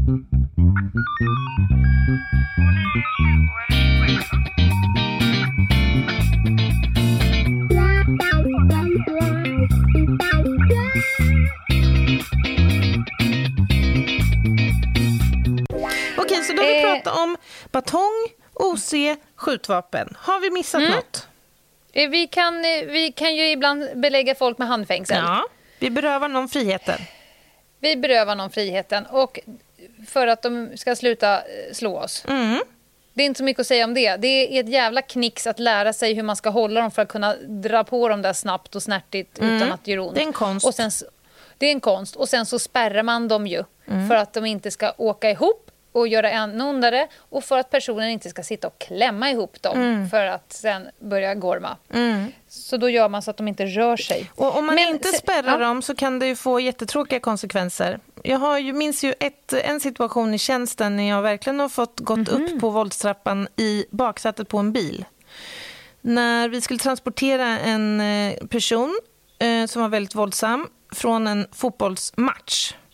Okej, så då har vi eh. pratat om batong, O C, skjutvapen. Har vi missat mm. något? Eh, vi, kan, vi kan ju ibland belägga folk med handfängsel. Ja. Vi berövar någon friheten. Vi berövar någon friheten och för att de ska sluta slå oss. Mm. Det är inte så mycket att säga om det. Det är ett jävla knix att lära sig hur man ska hålla dem för att kunna dra på dem där snabbt och snärtigt mm. utan att det gör ont. Det är en konst. Och sen, det är en konst. Och sen så spärrar man dem ju mm. för att de inte ska åka ihop och göra ännu ondare och för att personen inte ska sitta och klämma ihop dem mm. för att sen börja gorma. Mm. Så då gör man så att de inte rör sig. Och om man Men, inte spärrar ja. dem så kan det ju få jättetråkiga konsekvenser. Jag har ju, minns ju ett, en situation i tjänsten när jag verkligen har fått gått mm-hmm. upp på våldstrappan i baksätet på en bil. När vi skulle transportera en person eh, som var väldigt våldsam från en fotbollsmatch.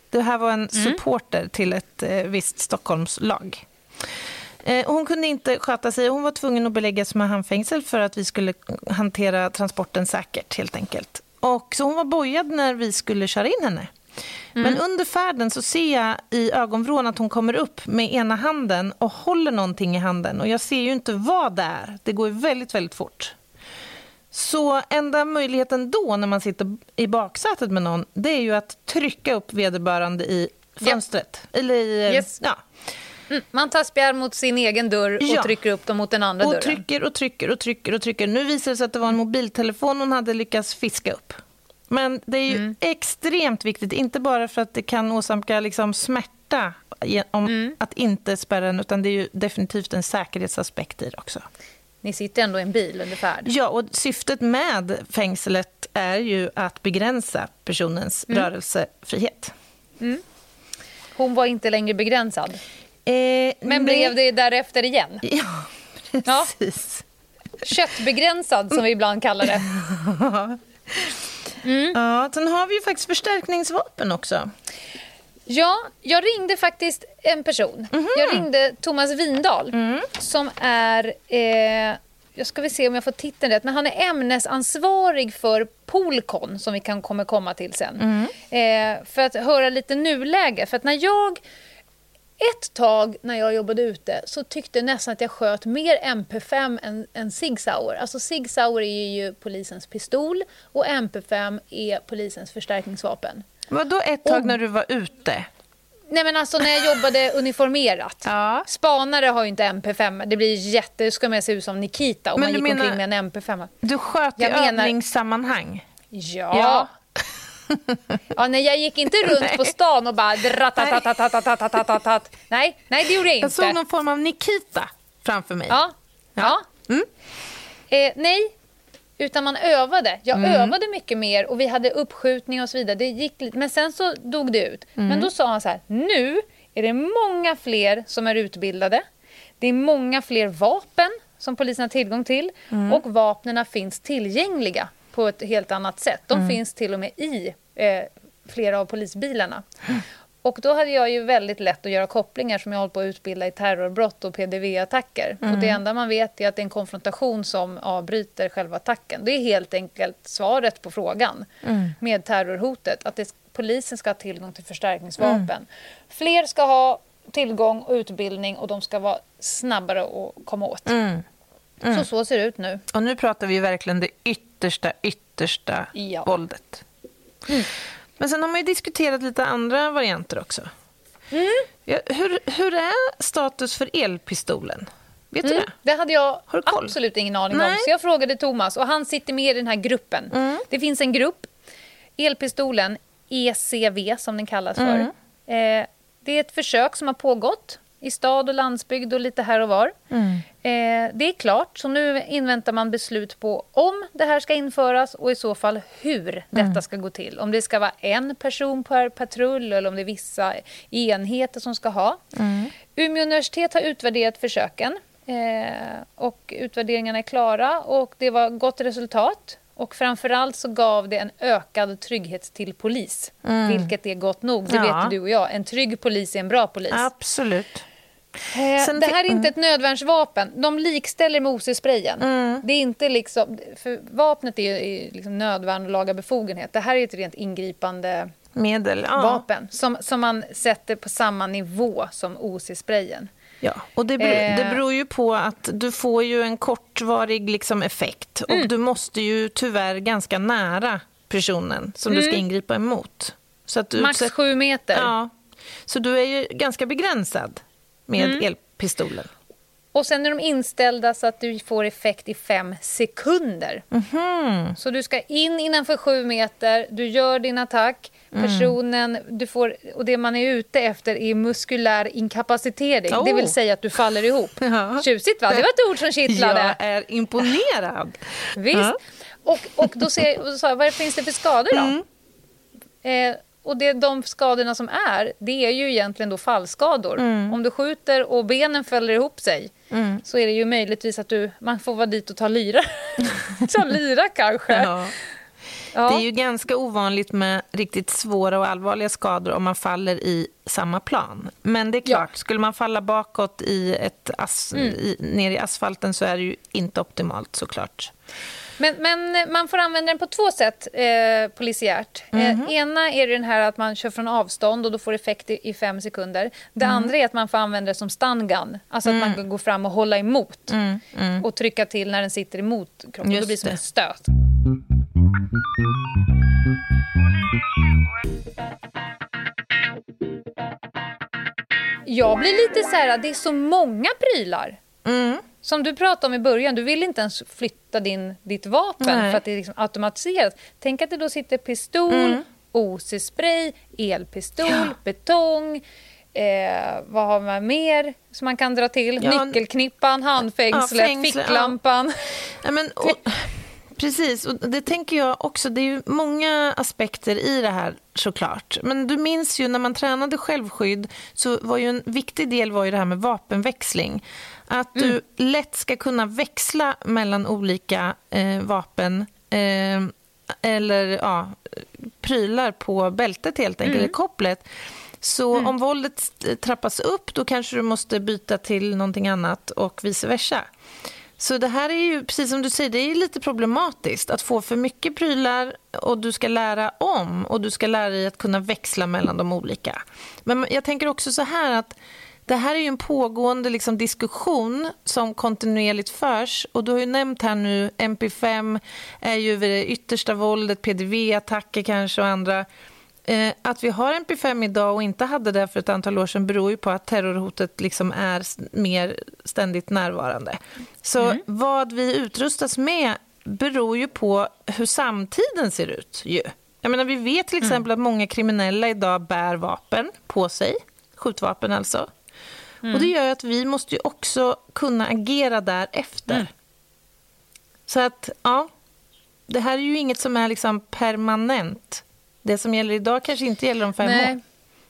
Det här var en mm. supporter till ett eh, visst Stockholmslag. Eh, hon kunde inte sköta sig. Hon var tvungen att beläggas med handfängsel för att vi skulle hantera transporten säkert helt enkelt. Och så hon var bojad när vi skulle köra in henne. Mm. Men under färden så ser jag i ögonvrån att hon kommer upp med ena handen och håller någonting i handen. Och jag ser ju inte vad det är. Det går väldigt, väldigt fort. Så enda möjligheten då när man sitter i baksätet med någon, det är ju att trycka upp vederbörande i fönstret. Yep. Eller i, yes. ja. Mm, man tar spjärr mot sin egen dörr och ja. trycker upp dem mot den andra och dörren. Och trycker och trycker och trycker och trycker. Nu visar det sig att det var en mobiltelefon hon hade lyckats fiska upp. Men det är ju mm. extremt viktigt, inte bara för att det kan åsamka liksom smärta om mm. att inte spärra den, utan det är ju definitivt en säkerhetsaspekt i det också. Ni sitter ändå i en bil under färd. Ja, och syftet med fängslet är ju att begränsa personens mm. rörelsefrihet. Mm. Hon var inte längre begränsad. Eh, Men nej. blev det därefter igen? Ja, precis. Ja. Köttbegränsad som vi ibland kallar det. Mm. Ja, sen har vi ju faktiskt förstärkningsvapen också. Ja, jag ringde faktiskt en person. Mm-hmm. Jag ringde Thomas Windahl mm. som är, eh, jag ska vi se om jag får titeln rätt, men han är ämnesansvarig för Polkon som vi kan kommer komma till sen. Mm. Eh, för att höra lite nuläge. För att när jag, ett tag när jag jobbade ute så tyckte jag nästan att jag sköt mer M P fem än, än Sig Sauer. Alltså Sig Sauer är ju polisens pistol och M P fem är polisens förstärkningsvapen. Vadå ett tag och, när du var ute? Nej men alltså när jag jobbade uniformerat. Ja. Spanare har ju inte M P fem. Det blir jätte, ska man se ut som Nikita om men man gick menar, omkring med en M P fem. Du sköt jag i menar, övningssammanhang? Ja. Ja. Ja, nej, jag gick inte runt nej. på stan och bara nej, nej, det gjorde jag inte. Jag såg någon form av Nikita framför mig. Ja, ja. ja. Mm. Eh, nej, utan man övade. Jag mm. övade mycket mer och vi hade uppskjutning och så vidare. Det gick lite, men sen så dog det ut. Mm. Men då sa han så här, nu är det många fler som är utbildade. Det är många fler vapen som polisen har tillgång till mm. och vapnena finns tillgängliga på ett helt annat sätt. De mm. finns till och med i eh, flera av polisbilarna. Mm. Och då hade jag ju väldigt lätt att göra kopplingar som jag håller på att utbilda i terrorbrott och P D V-attacker. Mm. Och det enda man vet är att det är en konfrontation som avbryter själva attacken. Det är helt enkelt svaret på frågan mm. med terrorhotet. Att det, polisen ska ha tillgång till förstärkningsvapen. Mm. Fler ska ha tillgång och utbildning och de ska vara snabbare att komma åt. Mm. Mm. Så så ser det ut nu. Och nu pratar vi verkligen det yttersta, yttersta ja. våldet. Mm. Men sen har man ju diskuterat lite andra varianter också. Mm. Ja, hur, hur är status för elpistolen? Vet mm. du det? Det hade jag absolut ingen aning Nej. om. Så jag frågade Thomas och han sitter med i den här gruppen. Mm. Det finns en grupp, elpistolen, E C V som den kallas för. Mm. Eh, det är ett försök som har pågått i stad och landsbygd och lite här och var. Mm. Eh, det är klart, så nu inväntar man beslut på om det här ska införas och i så fall hur mm. detta ska gå till. Om det ska vara en person per patrull eller om det är vissa enheter som ska ha. Mm. Umeå universitet har utvärderat försöken eh, och utvärderingarna är klara och det var gott resultat. Och framförallt så gav det en ökad trygghet till polis. Mm. Vilket är gott nog, det ja. vet du och jag. En trygg polis är en bra polis. Absolut. Eh, det här är inte ett nödvärnsvapen. De likställer med O C-sprayen. Mm. Det är inte liksom, för vapnet är ju liksom nödvärn och laga befogenhet. Det här är ett rent ingripande medel, ja. vapen. Som, som man sätter på samma nivå som O C-sprayen. Ja, och det beror, det beror ju på att du får ju en kortvarig liksom effekt. Och mm. du måste ju tyvärr ganska nära personen som mm. du ska ingripa emot. Så att du Max utsätt... sju meter. Ja, så du är ju ganska begränsad med mm. elpistolen. Och sen är de inställda så att du får effekt i fem sekunder. Mm-hmm. Så du ska in innanför sju meter, du gör din attack. Personen, mm. du får, och det man är ute efter är muskulär inkapacitering. Oh. Det vill säga att du faller ihop. Ja. Tjusigt va? Det var ett ord som kittlade. Jag är imponerad. Visst. Ja. Och, och då sa jag, vad finns det för skador då? Mm. Eh, och det, de skadorna som är, det är ju egentligen då fallskador. Mm. Om du skjuter och benen fäller ihop sig mm. så är det ju möjligtvis att du, man får vara dit och ta lyra. ta lyra kanske. Ja. Ja. Det är ju ganska ovanligt med riktigt svåra och allvarliga skador om man faller i samma plan. Men det är klart, ja. skulle man falla bakåt i ett as- mm. i, ner i asfalten så är det ju inte optimalt såklart. Men, men man får använda den på två sätt eh, polisiärt. Mm-hmm. Eh, ena är den här att man kör från avstånd och då får effekt i, i fem sekunder. Det mm. andra är att man får använda det som stun gun. Alltså mm. att man kan gå fram och hålla emot. Mm. Mm. Och trycka till när den sitter emot kroppen. Just då blir det som en stöt. Jag blir lite så här, det är så många prylar. Mm. Som du pratade om i början, du vill inte ens flytta din, ditt vapen. Nej. För att det är liksom automatiserat. Tänk att det då sitter pistol, mm. O C-spray, elpistol, ja. betong. Eh, vad har man mer som man kan dra till? Ja. Nyckelknippan, handfängslet, ja, ficklampan. Ja. Ja, men, och, precis, och det tänker jag också. Det är ju många aspekter i det här såklart. Men du minns ju när man tränade självskydd så var ju en viktig del var ju det här med vapenväxling. Att du mm. lätt ska kunna växla mellan olika eh, vapen eh, eller ja, prylar på bältet helt enkelt, mm. eller kopplet. Så mm. om våldet trappas upp då kanske du måste byta till någonting annat och vice versa. Så det här är ju, precis som du säger, det är lite problematiskt att få för mycket prylar och du ska lära om och du ska lära dig att kunna växla mellan de olika. Men jag tänker också så här att det här är ju en pågående liksom, diskussion som kontinuerligt förs. Och du har ju nämnt här nu, M P fem är ju det yttersta våldet, P D V-attacker kanske och andra. Eh, att vi har M P fem idag och inte hade det för ett antal år sedan beror ju på att terrorhotet liksom är mer ständigt närvarande. Så mm. vad vi utrustas med beror ju på hur samtiden ser ut. Ju. Jag menar, vi vet till exempel mm. att många kriminella idag bär vapen på sig, skjutvapen alltså. Mm. Och det gör att vi måste ju också kunna agera därefter. Mm. Så att, ja, det här är ju inget som är liksom permanent. Det som gäller idag kanske inte gäller om fem Nej. år.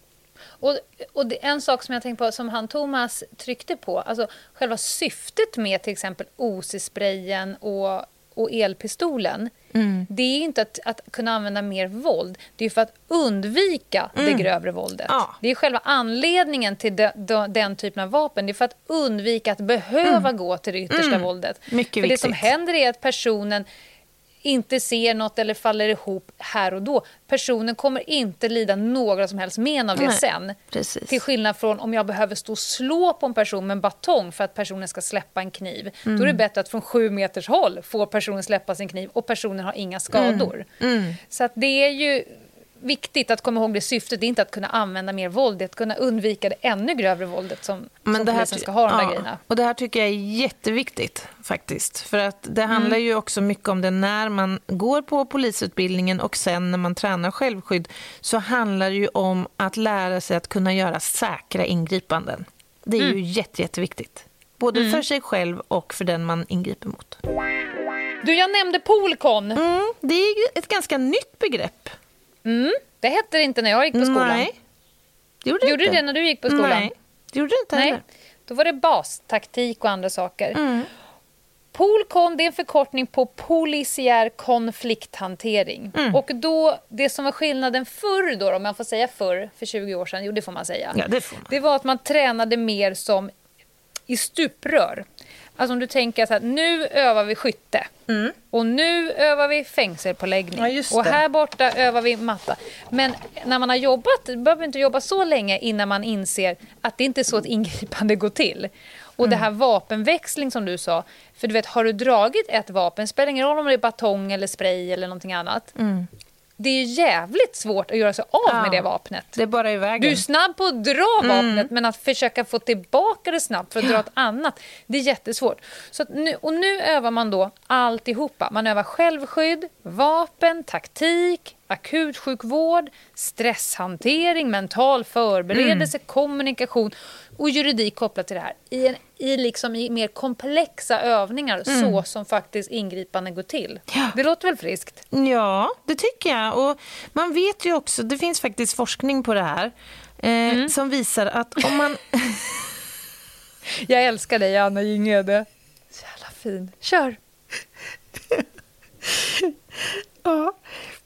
Och, och det är en sak som jag tänkte på som han Thomas tryckte på. Alltså själva syftet med till exempel O C-sprayen och, och elpistolen. Mm. Det är inte att, att kunna använda mer våld. Det är för att undvika mm. det grövre våldet. Ja. Det är själva anledningen till de, de, den typen av vapen. Det är för att undvika att behöva mm. gå till det yttersta mm. våldet. Mycket för viktigt. Det som händer är att personen inte ser något eller faller ihop här och då. Personen kommer inte lida några som helst men av det Nej, sen. Precis. Till skillnad från om jag behöver stå och slå på en person med en batong för att personen ska släppa en kniv. Mm. Då är det bättre att från sju meters håll får personen släppa sin kniv och personen har inga skador. Mm. Mm. Så att det är ju viktigt att komma ihåg det syftet. Det är inte att kunna använda mer våld, det är att kunna undvika det ännu grövre våldet som, Men som det här polisen ska ha de ja, där grejerna. Och det här tycker jag är jätteviktigt faktiskt. För att det handlar mm. ju också mycket om det när man går på polisutbildningen och sen när man tränar självskydd så handlar det ju om att lära sig att kunna göra säkra ingripanden. Det är mm. ju jätte, jätteviktigt. Både mm. för sig själv och för den man ingriper mot. Du, jag nämnde Polkon. Mm, det är ju ett ganska nytt begrepp. Mm, det hette det inte när jag gick på skolan. Nej, det gjorde, gjorde inte. det när du gick på skolan? Nej, det gjorde det inte heller. Nej, då var det bastaktik och andra saker. Mm. Polkon, det är en förkortning på polisiär konflikthantering. Mm. Och då, det som var skillnaden förr då, om man får säga förr, för tjugo år sedan, jo det får man säga. Ja, det får man. Det var att man tränade mer som i stuprör. Alltså om du tänker att nu övar vi skytte. Mm. Och nu övar vi fängselpåläggning. Ja, och här borta övar vi matta. Men när man har jobbat, du behöver inte jobba så länge innan man inser att det inte är så ett ingripande går till. Och mm. det här vapenväxling som du sa. För du vet, har du dragit ett vapen, spelar ingen roll om det är batong eller spray eller någonting annat. Mm. Det är jävligt svårt att göra sig av ja, med det vapnet. Det är bara i vägen. Du är snabb på att dra mm. vapnet, men att försöka få tillbaka det snabbt för att ja. dra ett annat, det är jättesvårt. Så att nu, och nu övar man då alltihopa. Man övar självskydd, vapen, taktik, akutsjukvård, stresshantering, mental förberedelse, mm. kommunikation och juridik kopplat till det här. I, en, i, liksom, i mer komplexa övningar mm. så som faktiskt ingripande går till. Ja. Det låter väl friskt? Ja, det tycker jag. Och man vet ju också, det finns faktiskt forskning på det här eh, mm. som visar att om man... Jag älskar dig, Anna Jinghede. Så jävla fin. Kör! Ja,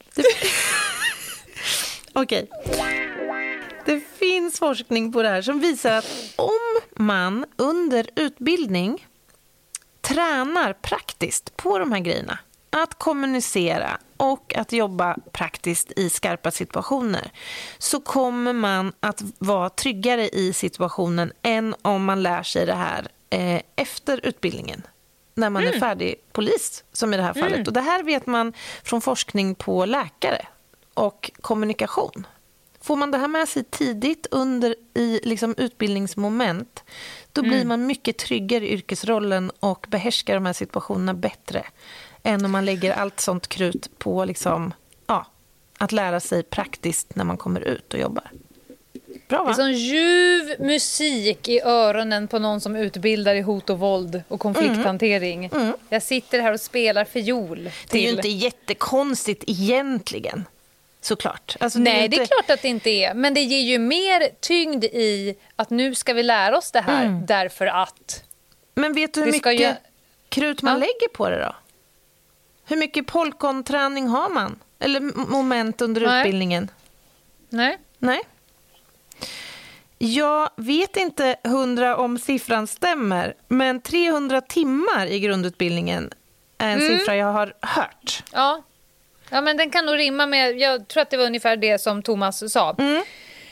Okej. Det finns forskning på det här som visar att om man under utbildning tränar praktiskt på de här grejerna, att kommunicera och att jobba praktiskt i skarpa situationer, så kommer man att vara tryggare i situationen än om man lär sig det här eh, efter utbildningen, när man mm. är färdig polis, som i det här fallet. Mm. Och det här vet man från forskning på läkare och kommunikation. Får man det här med sig tidigt under i liksom utbildningsmoment, då blir mm. man mycket tryggare i yrkesrollen och behärskar de här situationerna bättre än om man lägger allt sånt krut på liksom, ja, att lära sig praktiskt när man kommer ut och jobbar. Bra, va? Det är som ljuv musik i öronen på någon som utbildar i hot och våld och konflikthantering. Mm. Mm. Jag sitter här och spelar fiol. Till... Det är ju inte jättekonstigt egentligen. Såklart. Alltså, Nej, det är, inte... det är klart att det inte är. Men det ger ju mer tyngd i att nu ska vi lära oss det här mm. därför att... Men vet du hur mycket ju... krut man ja. lägger på det då? Hur mycket polkonträning har man? Eller moment under Nej. utbildningen? Nej. Nej. Jag vet inte hundra om siffran stämmer, men trehundra timmar i grundutbildningen är en mm. siffra jag har hört. Ja. Ja, men den kan nog rimma med, jag tror att det var ungefär det som Thomas sa. Mm.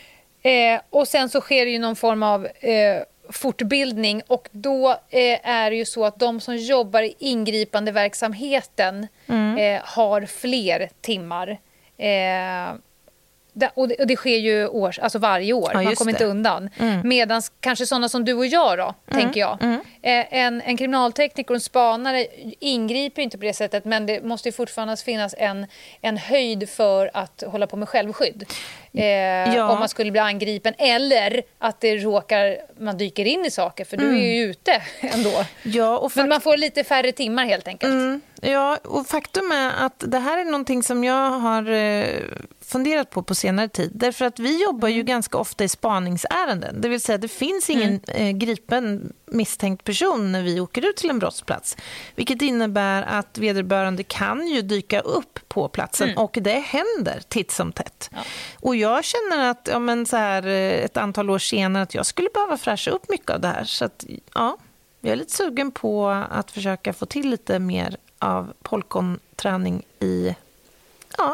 Eh, och sen så sker det ju någon form av eh, fortbildning, och då eh, är det ju så att de som jobbar i ingripande verksamheten mm. eh, har fler timmar. Eh, och, det, och det sker ju års, alltså varje år, ja, man kommer det. inte undan. Mm. Medan kanske sådana som du och jag då, mm. tänker jag. Mm. Eh, en, en kriminaltekniker och en spanare ingriper inte på det sättet, men det måste ju fortfarande finnas en, en höjd för att hålla på med självskydd. Eh, ja. Om man skulle bli angripen, eller att det råkar, man dyker in i saker, för mm. du är ju ute ändå. Ja, och fakt- men man får lite färre timmar helt enkelt. Mm. Ja, och faktum är att det här är någonting som jag har eh, funderat på på senare tid. Därför att vi jobbar ju ganska ofta i spaningsärenden. Det vill säga, det finns ingen mm. eh, gripen misstänkt person när vi åker ut till en brottsplats. Vilket innebär att vederbörande kan ju dyka upp på platsen mm. och det händer titt som tätt. Ja. Och jag känner att ja, men så här, ett antal år senare att jag skulle behöva fräscha upp mycket av det här. Så att, ja, jag är lite sugen på att försöka få till lite mer av polkonträning i ja,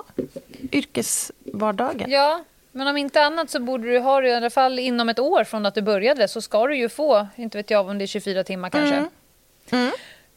yrkesvardagen. Ja, men om inte annat så borde du ha det i alla fall inom ett år från att du började, så ska du ju få, inte vet jag om det är tjugofyra timmar kanske. Mm. Mm.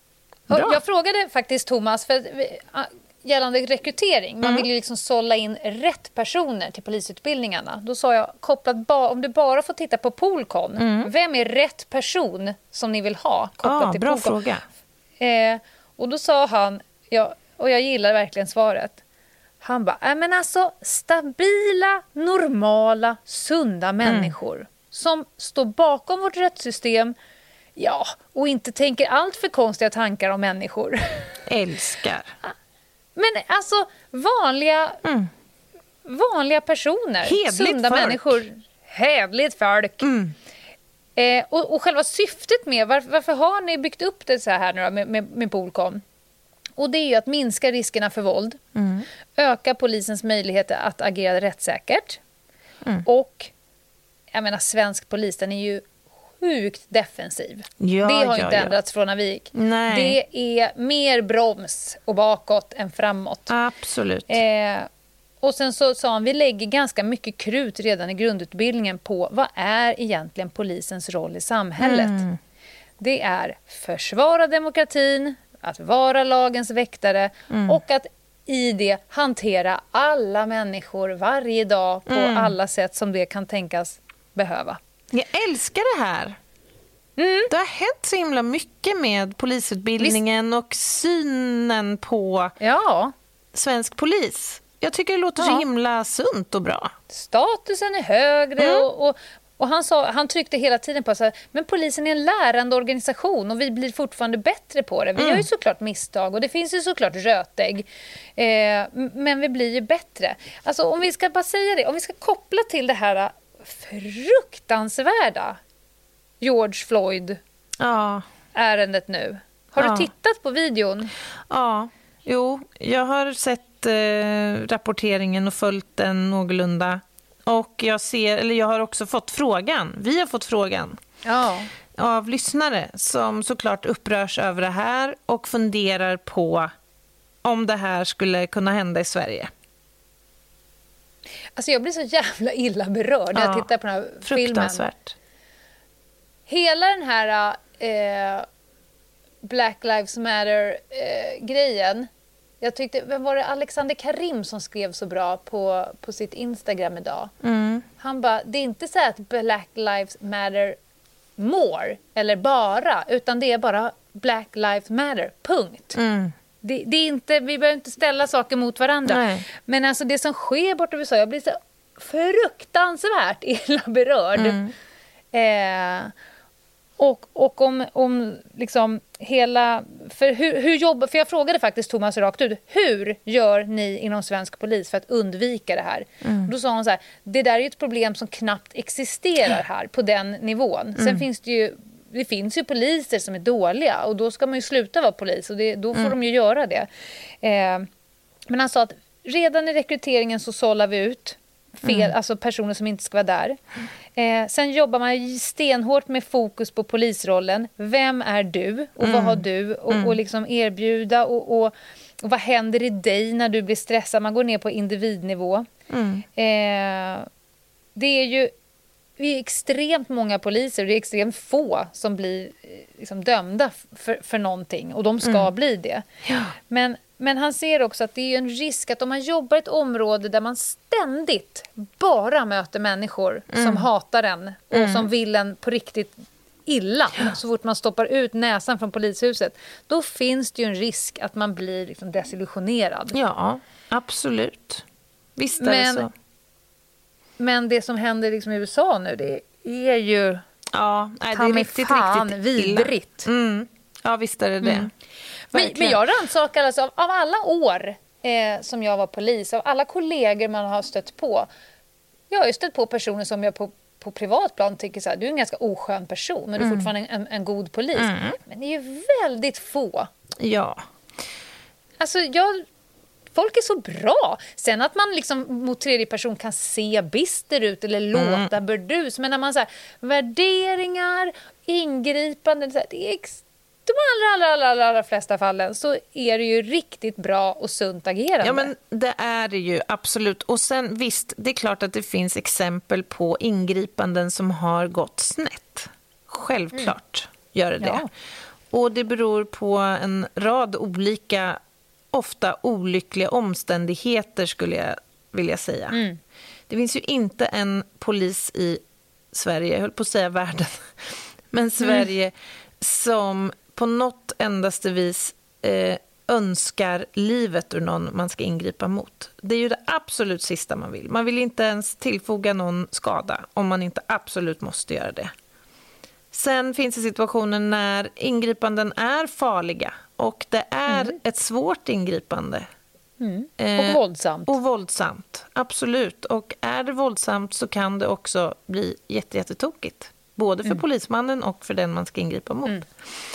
Jag frågade faktiskt Thomas, för gällande rekrytering, man mm. vill ju liksom sålla in rätt personer till polisutbildningarna. Då sa jag, kopplat ba- om du bara får titta på Polkon, mm. vem är rätt person som ni vill ha kopplat ah, till bra Polkon? Fråga. Eh, och då sa han, ja, och jag gillar verkligen svaret. Han bara, äh, men alltså stabila, normala, sunda människor mm. som står bakom vårt rättssystem, ja, och inte tänker allt för konstiga tankar om människor. Älskar. Men alltså vanliga mm. vanliga personer, Hedligt sunda folk. människor, hävligt folk. Mm. Eh, och, och själva syftet med, var, varför har ni byggt upp det så här nu då, med, med, med Polkom? Och det är ju att minska riskerna för våld, mm. öka polisens möjligheter att agera rättssäkert. Mm. Och jag menar, svensk polis, den är ju sjukt defensiv. Ja, det har ju ja, inte ja. ändrats från när vi gick. Nej. Det är mer broms och bakåt än framåt. Absolut. Eh, och sen så sa han, vi lägger ganska mycket krut redan i grundutbildningen på vad är egentligen polisens roll i samhället. Mm. Det är försvara demokratin, att vara lagens väktare mm. och att i det hantera alla människor varje dag på mm. alla sätt som det kan tänkas behöva. Jag älskar det här. Mm. Det har hänt så himla mycket med polisutbildningen Visst. och synen på ja. svensk polis. Jag tycker det låter ja. så himla sunt och bra. Statusen är högre mm. och, och, och han, sa, han tryckte hela tiden på att men polisen är en lärande organisation och vi blir fortfarande bättre på det. Vi mm. gör ju såklart misstag och det finns ju såklart rötägg. Eh, men vi blir ju bättre. Alltså om vi ska bara säga det, om vi ska koppla till det här fruktansvärda George Floyd ja. ärendet nu. Har ja. du tittat på videon? Ja, jo, jag har sett eh, rapporteringen och följt den någorlunda. Och jag ser, eller jag har också fått frågan, vi har fått frågan ja. av lyssnare som såklart upprörs över det här och funderar på om det här skulle kunna hända i Sverige. Alltså jag blir så jävla illa berörd när ja, jag tittar på den här filmen. Fruktansvärt. Hela den här eh, Black Lives Matter-grejen. Eh, jag tyckte, vem var det? Alexander Karim som skrev så bra på, på sitt Instagram idag. Mm. Han bara, det är inte så att Black Lives Matter more, eller bara, utan det är bara Black Lives Matter, punkt. Mm. Det, det är inte, vi behöver inte ställa saker mot varandra. Nej. Men alltså det som sker borta i U S A, jag blir så fruktansvärt illa berörd. Mm. Eh, och, och om, om liksom hela... För, hur, hur jobbar, för jag frågade faktiskt Thomas rakt ut, hur gör ni inom svensk polis för att undvika det här? Mm. Då sa hon så här, det där är ju ett problem som knappt existerar här på den nivån. Sen mm. finns det ju... Det finns ju poliser som är dåliga och då ska man ju sluta vara polis och det, då får mm. de ju göra det. Eh, men han sa att redan i rekryteringen så sållar vi ut fel, mm. alltså personer som inte ska vara där. Eh, sen jobbar man stenhårt med fokus på polisrollen. Vem är du och mm. vad har du? Och, mm. och liksom erbjuda och, och, och vad händer i dig när du blir stressad? Man går ner på individnivå. Mm. Eh, det är ju Vi är extremt många poliser och det är extremt få som blir liksom dömda för, för någonting. Och de ska mm. bli det. Ja. Men, men han ser också att det är en risk att om man jobbar i ett område där man ständigt bara möter människor mm. som hatar en och mm. som vill en på riktigt illa ja. så fort man stoppar ut näsan från polishuset, då finns det ju en risk att man blir liksom desillusionerad. Ja, absolut. Visst är men, det så. Men det som händer liksom i U S A nu, det är ju ja, nej, det är riktigt, fan riktigt vidrigt. Mm. Ja, visst är det det. Mm. Men, men jag rannsakar alltså av, av alla år eh, som jag var polis, av alla kollegor man har stött på. Jag har ju stött på personer som jag på, på privat plan tycker så här, du är en ganska oskön person, men du är mm. fortfarande en, en god polis. Mm. Men det är ju väldigt få. Ja. Alltså jag... Folk är så bra. Sen att man liksom mot tredje person kan se bister ut eller låta mm. burdus. Men när man så här, värderingar, ingripanden, så här, det är ex- de allra, allra, allra, allra flesta fallen så är det ju riktigt bra och sunt agerande. Ja, men det är det ju, absolut. Och sen visst, det är klart att det finns exempel på ingripanden som har gått snett. Självklart mm. gör det det. Ja. Och det beror på en rad olika ofta olyckliga omständigheter skulle jag vilja säga. Mm. Det finns ju inte en polis i Sverige, jag höll på att säga världen, men Sverige mm. som på något endaste vis eh, önskar livet ur någon man ska ingripa mot. Det är ju det absolut sista man vill. Man vill inte ens tillfoga någon skada om man inte absolut måste göra det. Sen finns det situationer när ingripanden är farliga och det är mm. ett svårt ingripande. Mm. Och våldsamt. Eh, och våldsamt, absolut. Och är det våldsamt så kan det också bli jätte, jättetokigt. Både för mm. polismannen och för den man ska ingripa mot. Mm.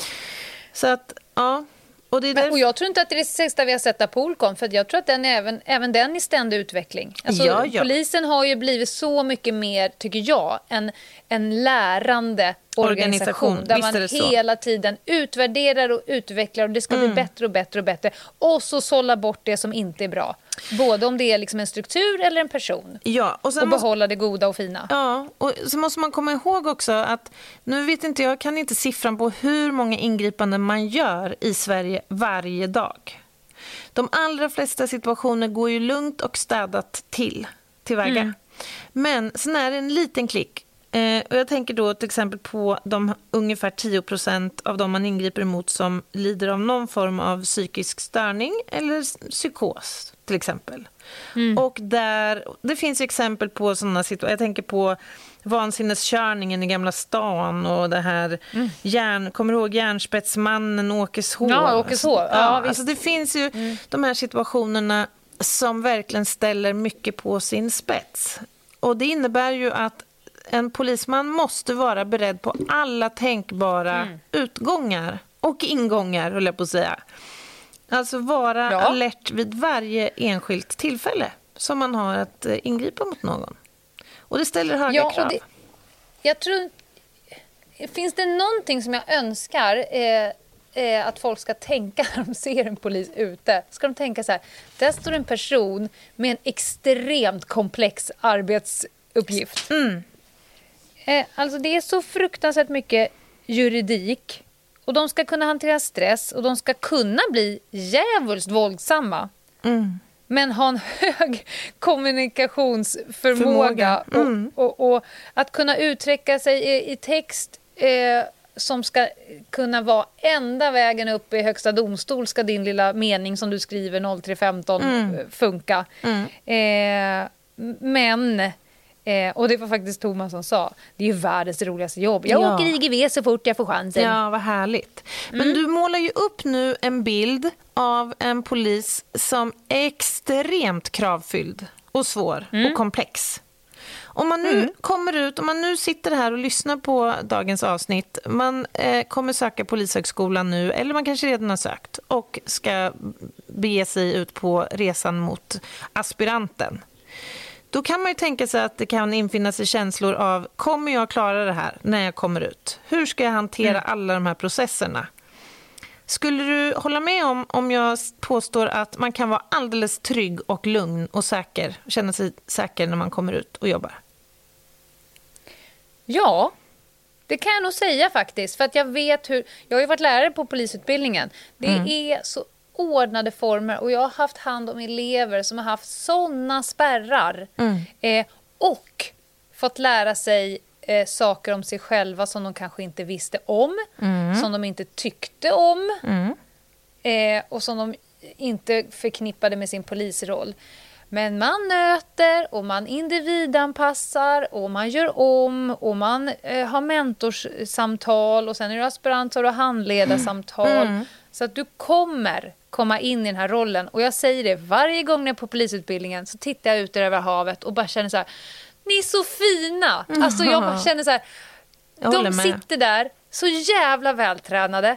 Så att, ja... Och, det är Men, och jag tror inte att det är det sista vi har sett av Polcon, för jag tror att den även, även den är ständig utveckling. Alltså, ja, ja. Polisen har ju blivit så mycket mer, tycker jag, en, en lärande organisation. organisation. Där man hela tiden utvärderar och utvecklar och det ska mm. bli bättre och bättre och bättre. Och så sålla bort det som inte är bra. Både om det är liksom en struktur eller en person. Ja, och, sen och behålla måste, det goda och fina. Ja, och så måste man komma ihåg också att, nu vet inte jag, kan inte siffran på hur många ingripanden man gör i Sverige varje dag. De allra flesta situationer går ju lugnt och städat till, tillväga. Mm. Men sen är det en liten klick. Eh, och jag tänker då till exempel på de ungefär tio procent av de man ingriper emot som lider av någon form av psykisk störning eller psykos till exempel. Mm. Och där, det finns exempel på sådana situationer. Jag tänker på vansinneskörningen i Gamla stan och det här mm. järn, kommer du ihåg järnspetsmannen Åkeshår? Ja, Åkeshår. Ja, ja, alltså det finns ju mm. de här situationerna som verkligen ställer mycket på sin spets. Och det innebär ju att en polisman måste vara beredd på alla tänkbara mm. utgångar och ingångar, höll jag på att säga. Alltså vara ja. alert vid varje enskilt tillfälle som man har att ingripa mot någon. Och det ställer höga ja, krav. Det, jag tror... Finns det någonting som jag önskar eh, eh, att folk ska tänka när de ser en polis ute? Ska de tänka så här, där står en person med en extremt komplex arbetsuppgift. Mm. Eh, alltså det är så fruktansvärt mycket juridik. Och de ska kunna hantera stress och de ska kunna bli jävligt våldsamma. Mm. Men ha en hög kommunikationsförmåga mm. och, och, och att kunna uttrycka sig i, i text eh, som ska kunna vara ända vägen upp i högsta domstol ska din lilla mening som du skriver noll tre femton mm. funka. Mm. Eh, men... Eh, och det var faktiskt Thomas som sa, det är ju världens roligaste jobb. Jag ja. åker I G V så fort jag får chansen. Ja, vad härligt. Men Mm. du målar ju upp nu en bild av en polis som är extremt kravfylld och svår Mm. och komplex. Om man nu Mm. kommer ut, om man nu sitter här och lyssnar på dagens avsnitt, man eh, kommer söka Polishögskolan nu, eller man kanske redan har sökt och ska bege sig ut på resan mot aspiranten. Då kan man ju tänka sig att det kan infinna sig känslor av, kommer jag klara det här när jag kommer ut? Hur ska jag hantera mm. alla de här processerna? Skulle du hålla med om om jag påstår att man kan vara alldeles trygg och lugn och säker, känna sig säker när man kommer ut och jobbar? Ja, det kan jag nog säga faktiskt. För att jag vet hur, jag har ju varit lärare på polisutbildningen. Det mm. är så ordnade former och jag har haft hand om elever som har haft såna spärrar mm. eh, och fått lära sig eh, saker om sig själva som de kanske inte visste om, mm. som de inte tyckte om mm. eh, och som de inte förknippade med sin polisroll. Men man nöter och man individanpassar och man gör om och man eh, har mentorssamtal och sen är det aspiranter och handledarsamtal. Mm. Så att du kommer komma in i den här rollen. Och jag säger det, varje gång jag är på polisutbildningen så tittar jag ut över havet och bara känner så här, ni är så fina! Mm. Alltså jag bara känner så här, de sitter där så jävla vältränade,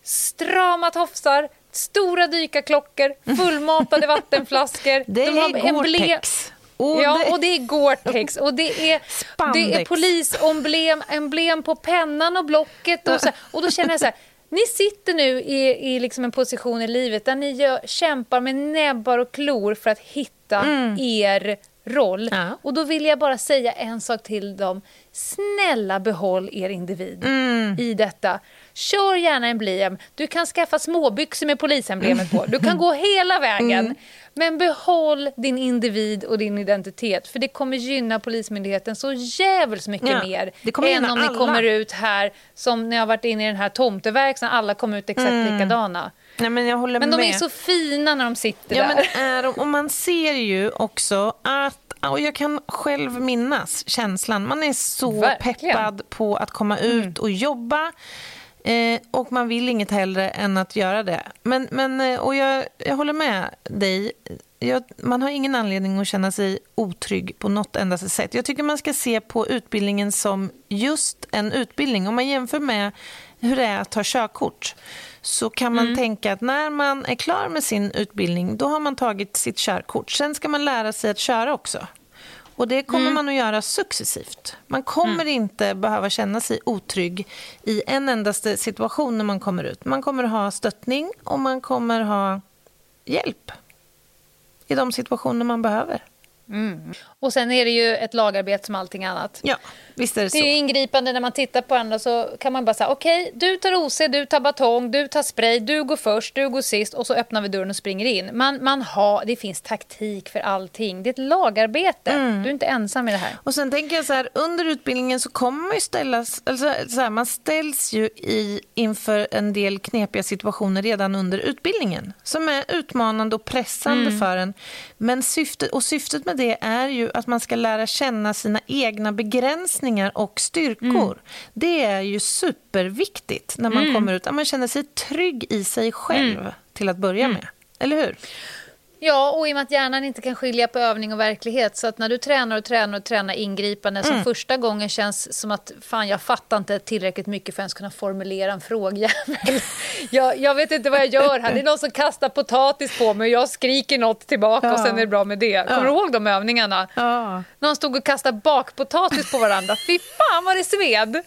strama tofsar, stora dykarklockor, fullmatade vattenflaskor. Det de är Gore-Tex. Och ja, det... och det är Gore-Tex. Och det är, det är polisemblem emblem på pennan och blocket. Och, så, och då känner jag så här, ni sitter nu i, i liksom en position i livet där ni gör, kämpar med näbbar och klor för att hitta mm. er roll. Ja. Och då vill jag bara säga en sak till dem. Snälla behåll er individ mm. i detta. Kör gärna emblem. Du kan skaffa småbyxor med polisemblemet på. Du kan gå hela vägen. Mm. Men behåll din individ och din identitet. För det kommer gynna Polismyndigheten så jävligt mycket ja, mer. Det kommer än om alla. ni kommer ut här som när jag har varit inne i den här tomteverksamheten. Alla kommer ut exakt mm. likadana. Nej, men jag håller men de med. är så fina när de sitter ja, där. Men är de, och man ser ju också att, och jag kan själv minnas känslan, man är så verkligen peppad på att komma ut mm. och jobba. Eh, och man vill inget hellre än att göra det. Men, men, och jag, jag håller med dig. Jag, man har ingen anledning att känna sig otrygg på något endaste sätt. Jag tycker man ska se på utbildningen som just en utbildning. Om man jämför med hur det är att ta körkort, så kan man mm. tänka att när man är klar med sin utbildning, då har man tagit sitt körkort. Sen ska man lära sig att köra också. Och det kommer mm. man att göra successivt. Man kommer mm. inte behöva känna sig otrygg i en endaste situation när man kommer ut. Man kommer att ha stöttning och man kommer att ha hjälp i de situationer man behöver. Mm. Och sen är det ju ett lagarbete som allting annat. Ja, visst är det så. Det är ingripande när man tittar på andra, så kan man bara säga okej, okay, du tar O C, du tar batong, du tar spray, du går först, du går sist, och så öppnar vi dörren och springer in. Man, man har, det finns taktik för allting. Det är ett lagarbete. Mm. Du är inte ensam i det här. Och sen tänker jag så här, under utbildningen så kommer man ju ställas, alltså så här, man ställs ju i inför en del knepiga situationer redan under utbildningen som är utmanande och pressande mm. för en. Men syftet, och syftet med det är ju att man ska lära känna sina egna begränsningar och styrkor. Mm. Det är ju superviktigt när man mm. kommer ut. Att man känner sig trygg i sig själv mm. till att börja mm. med. Eller hur? Ja, och i och med att hjärnan inte kan skilja på övning och verklighet. Så att när du tränar och tränar och tränar ingripande mm. som första gången känns som att fan, jag fattar inte tillräckligt mycket för att ens kunna formulera en fråga. jag, jag vet inte vad jag gör här. Det är någon som kastar potatis på mig och jag skriker något tillbaka ja. och sen är det bra med det. Kommer ja. du ihåg de övningarna? Ja. Någon stod och kastade bakpotatis på varandra. Fy fan vad det sved!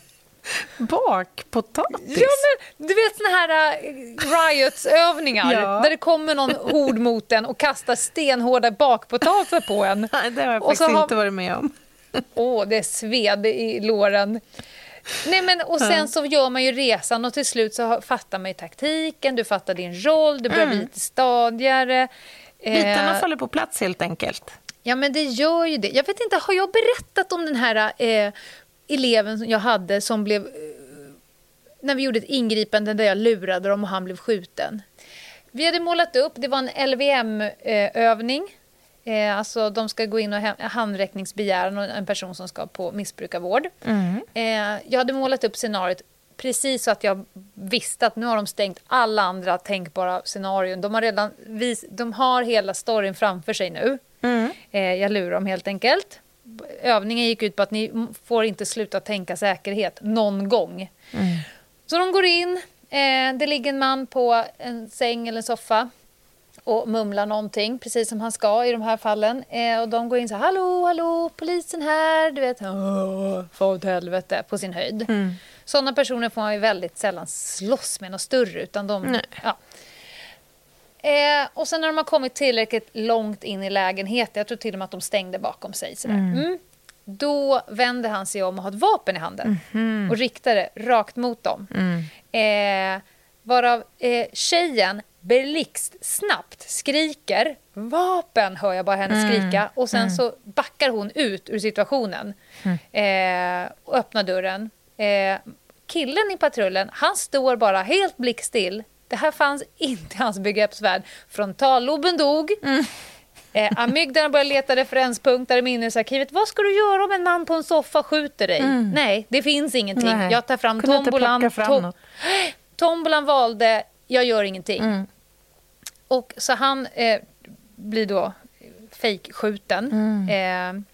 Bakpotatis? Ja, men du vet såna här uh, riotsövningar ja. där det kommer någon hord mot en och kastar stenhårda bakpotatis på en. Nej, det har jag faktiskt har... inte varit med om. Åh, det är sved i låren. Nej, men och sen så gör man ju resan och till slut så fattar man ju taktiken, du fattar din roll, du börjar mm. bli lite stadigare. Bitarna eh... faller på plats helt enkelt. Ja, men det gör ju det. Jag vet inte, har jag berättat om den här eh, eleven som jag hade som blev, när vi gjorde ett ingripande där jag lurade dem och han blev skjuten. Vi hade målat upp, det var en L V M-övning. Eh, alltså de ska gå in och ha handräckningsbegäran och en person som ska på missbrukarvård. Mm. Eh, jag hade målat upp scenariot precis så att jag visste att nu har de stängt alla andra tänkbara scenarion. De har redan vis- de har hela storyn framför sig nu. Mm. Eh, jag lurar dem helt enkelt. Övningen gick ut på att ni får inte sluta tänka säkerhet någon gång. Mm. Så de går in, eh, det ligger en man på en säng eller en soffa och mumlar någonting, precis som han ska i de här fallen. Eh, och de går in så här, hallå, hallå, polisen här, du vet, få åt helvete på sin höjd. Mm. Sådana personer får man ju väldigt sällan slåss med något större, utan de... Ja. Eh, och sen när de har kommit tillräckligt långt in i lägenheten, jag tror till och med att de stängde bakom sig sådär. Mm. Mm, då vänder han sig om och har ett vapen i handen mm. och riktar det rakt mot dem. Mm. Eh, varav eh, tjejen blixt snabbt skriker vapen, hör jag bara henne skrika mm. och sen mm. så backar hon ut ur situationen mm. eh, och öppnar dörren. Eh, killen i patrullen, han står bara helt blickstill. Det här fanns inte i hans begreppsvärld. Frontalloben dog. Mm. Eh, amygdala började leta referenspunkter i minnesarkivet. Vad ska du göra om en man på en soffa skjuter dig? Mm. Nej, det finns ingenting. Nej. Jag tar fram Kunde tombolan. Fram tom- tombolan valde, jag gör ingenting. Mm. Och så han eh, blir då fejkskjuten. Mm. Eh,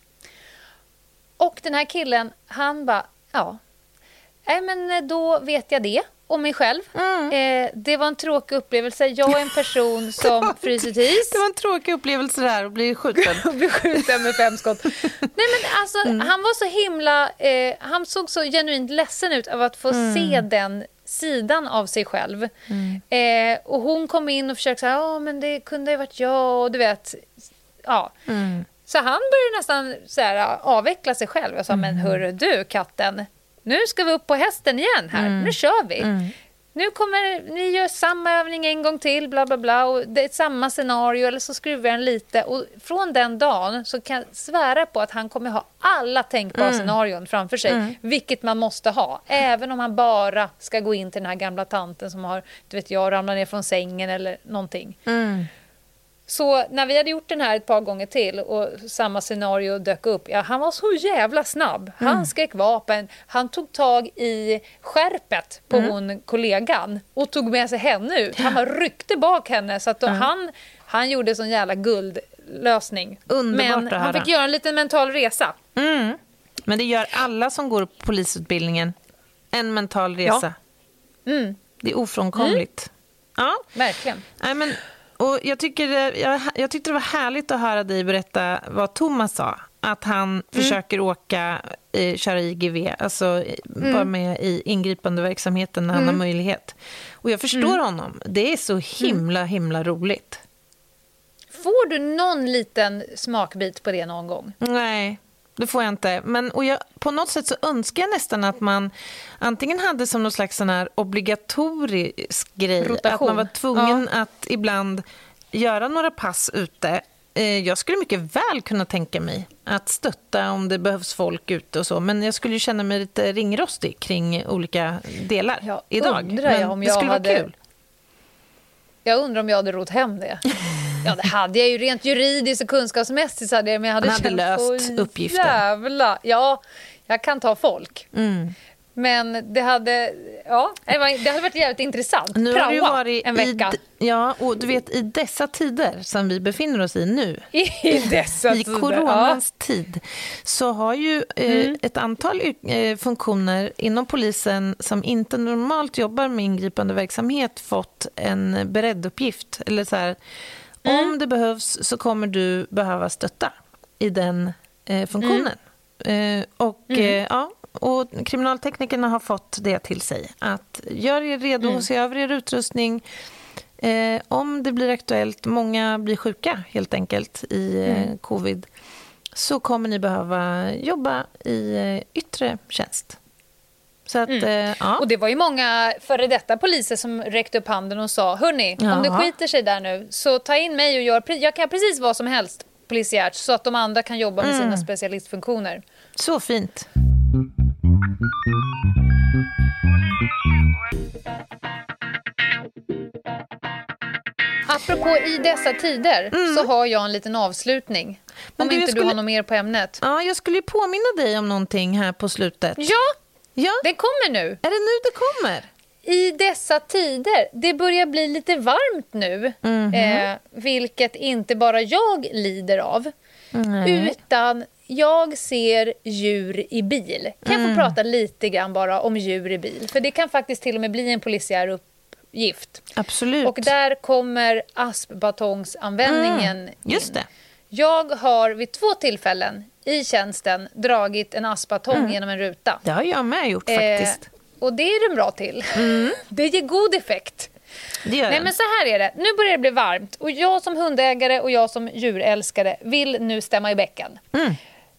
och den här killen, han bara, ja, nej men då vet jag det. Om mig själv. Mm. Eh, det var en tråkig upplevelse. Jag är en person som fryser till is. Det var en tråkig upplevelse där att bli skjuten. bli skjuten med fem skott. Nej, men alltså, mm. han var så himla... Eh, han såg så genuint ledsen ut av att få mm. se den sidan av sig själv. Mm. Eh, och hon kom in och försökte säga, ja men det kunde ju varit jag och du vet... Ja. Mm. Så han började nästan så här, avveckla sig själv. Jag sa, mm. men hörru du katten... Nu ska vi upp på hästen igen här. Mm. Nu kör vi. Mm. Nu kommer ni gör samma övning en gång till. Bla bla bla. Och det är samma scenario. Eller så skruvar han lite. Och från den dagen så kan jag svära på att han kommer ha alla tänkbara mm. scenarion framför sig. Mm. Vilket man måste ha. Även om han bara ska gå in till den här gamla tanten som har, du vet jag, ramlat ner från sängen eller någonting. Mm. Så när vi hade gjort den här ett par gånger till och samma scenario dök upp, ja, han var så jävla snabb. Han mm. skrek vapen, han tog tag i skärpet på mm. hon kollegan och tog med sig henne ut. Han bara ryckte bak henne så att då, mm. han, han gjorde sån jävla guldlösning. Underbart. Men han fick göra en liten mental resa. Mm. Men det gör alla som går på polisutbildningen en mental resa. Ja. Mm. Det är ofrånkomligt. Mm. Ja, verkligen. Nej, men och jag, tycker, jag, jag tyckte det var härligt att höra dig berätta vad Thomas sa. Att han mm. försöker åka, eh, köra I G V, alltså mm. vara med i ingripande verksamheten när mm. han har möjlighet. Och jag förstår mm. honom. Det är så himla, himla roligt. Får du någon liten smakbit på det någon gång? Nej, det får jag inte. Men, och jag, på något sätt så önskar jag nästan att man antingen hade som någon slags sån här obligatorisk grej. Rotation. Att man var tvungen ja. att ibland göra några pass ute. Jag skulle mycket väl kunna tänka mig att stötta om det behövs folk ute och så. Men jag skulle ju känna mig lite ringrostig kring olika delar jag idag. Undrar jag om jag det skulle hade... vara kul. Jag undrar om jag hade rott hem det. Ja, det hade jag ju rent juridiskt och kunskapsmässigt. Hade jag, men jag hade, hade löst uppgiften. Jävla. Ja, jag kan ta folk. Mm. Men det hade, ja, det hade varit jävligt intressant. Nu har det ju varit en vecka. I, ja, och du vet, i dessa tider som vi befinner oss i nu, i dessa i tider, coronans ja. tid, så har ju eh, mm. ett antal eh, funktioner inom polisen som inte normalt jobbar med ingripande verksamhet fått en beredd uppgift. Eller så här, mm. om det behövs så kommer du behöva stötta i den eh, funktionen. Mm. Eh, och mm. eh, ja, och kriminalteknikerna har fått det till sig att gör er redo, mm. se över er utrustning. Eh, om det blir aktuellt, många blir sjuka helt enkelt i eh, mm. covid, så kommer ni behöva jobba i eh, yttre tjänst. Så att, mm. eh, ja. Och det var ju många före detta poliser som räckte upp handen och sa, hörni, om det skiter sig där nu så ta in mig och gör, jag kan precis vad som helst polisiärt så att de andra kan jobba med mm. sina specialistfunktioner. Så fint. Apropå i dessa tider mm. så har jag en liten avslutning. Men om du, inte skulle... du har något mer på ämnet. Ja, jag skulle påminna dig om någonting här på slutet. Ja, ja. Den kommer nu. Är det nu det kommer? I dessa tider. Det börjar bli lite varmt nu. Mm-hmm. eh, vilket inte bara jag lider av. Mm. Utan jag ser djur i bil. Kan jag få mm. prata lite grann bara om djur i bil? För det kan faktiskt till och med bli en polisiär uppgift. Absolut. Och där kommer aspbatongsanvändningen mm. Just det. in. Jag har vid två tillfällen i tjänsten dragit en aspbatong mm. genom en ruta. Det har jag med gjort faktiskt. Eh, och det är den bra till. Mm. Det ger god effekt. Det gör Nej, men så här är det. Nu börjar det bli varmt. Och jag som hundägare och jag som djurälskare vill nu stämma i bäcken. Mm.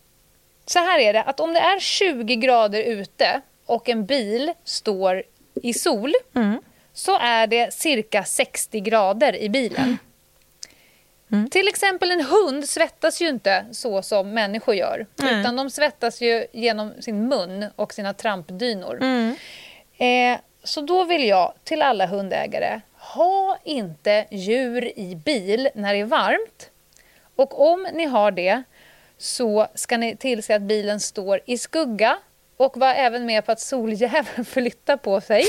Så här är det. Att om det är tjugo grader ute och en bil står i sol mm. så är det cirka sextio grader i bilen. Mm. Mm. Till exempel en hund svettas ju inte så som människor gör. Mm. Utan de svettas ju genom sin mun och sina trampdynor. Mm. Eh, så då vill jag till alla hundägare, ha inte djur i bil när det är varmt. Och om ni har det så ska ni tillse att bilen står i skugga. Och var även med på att soljäveln flyttar på sig.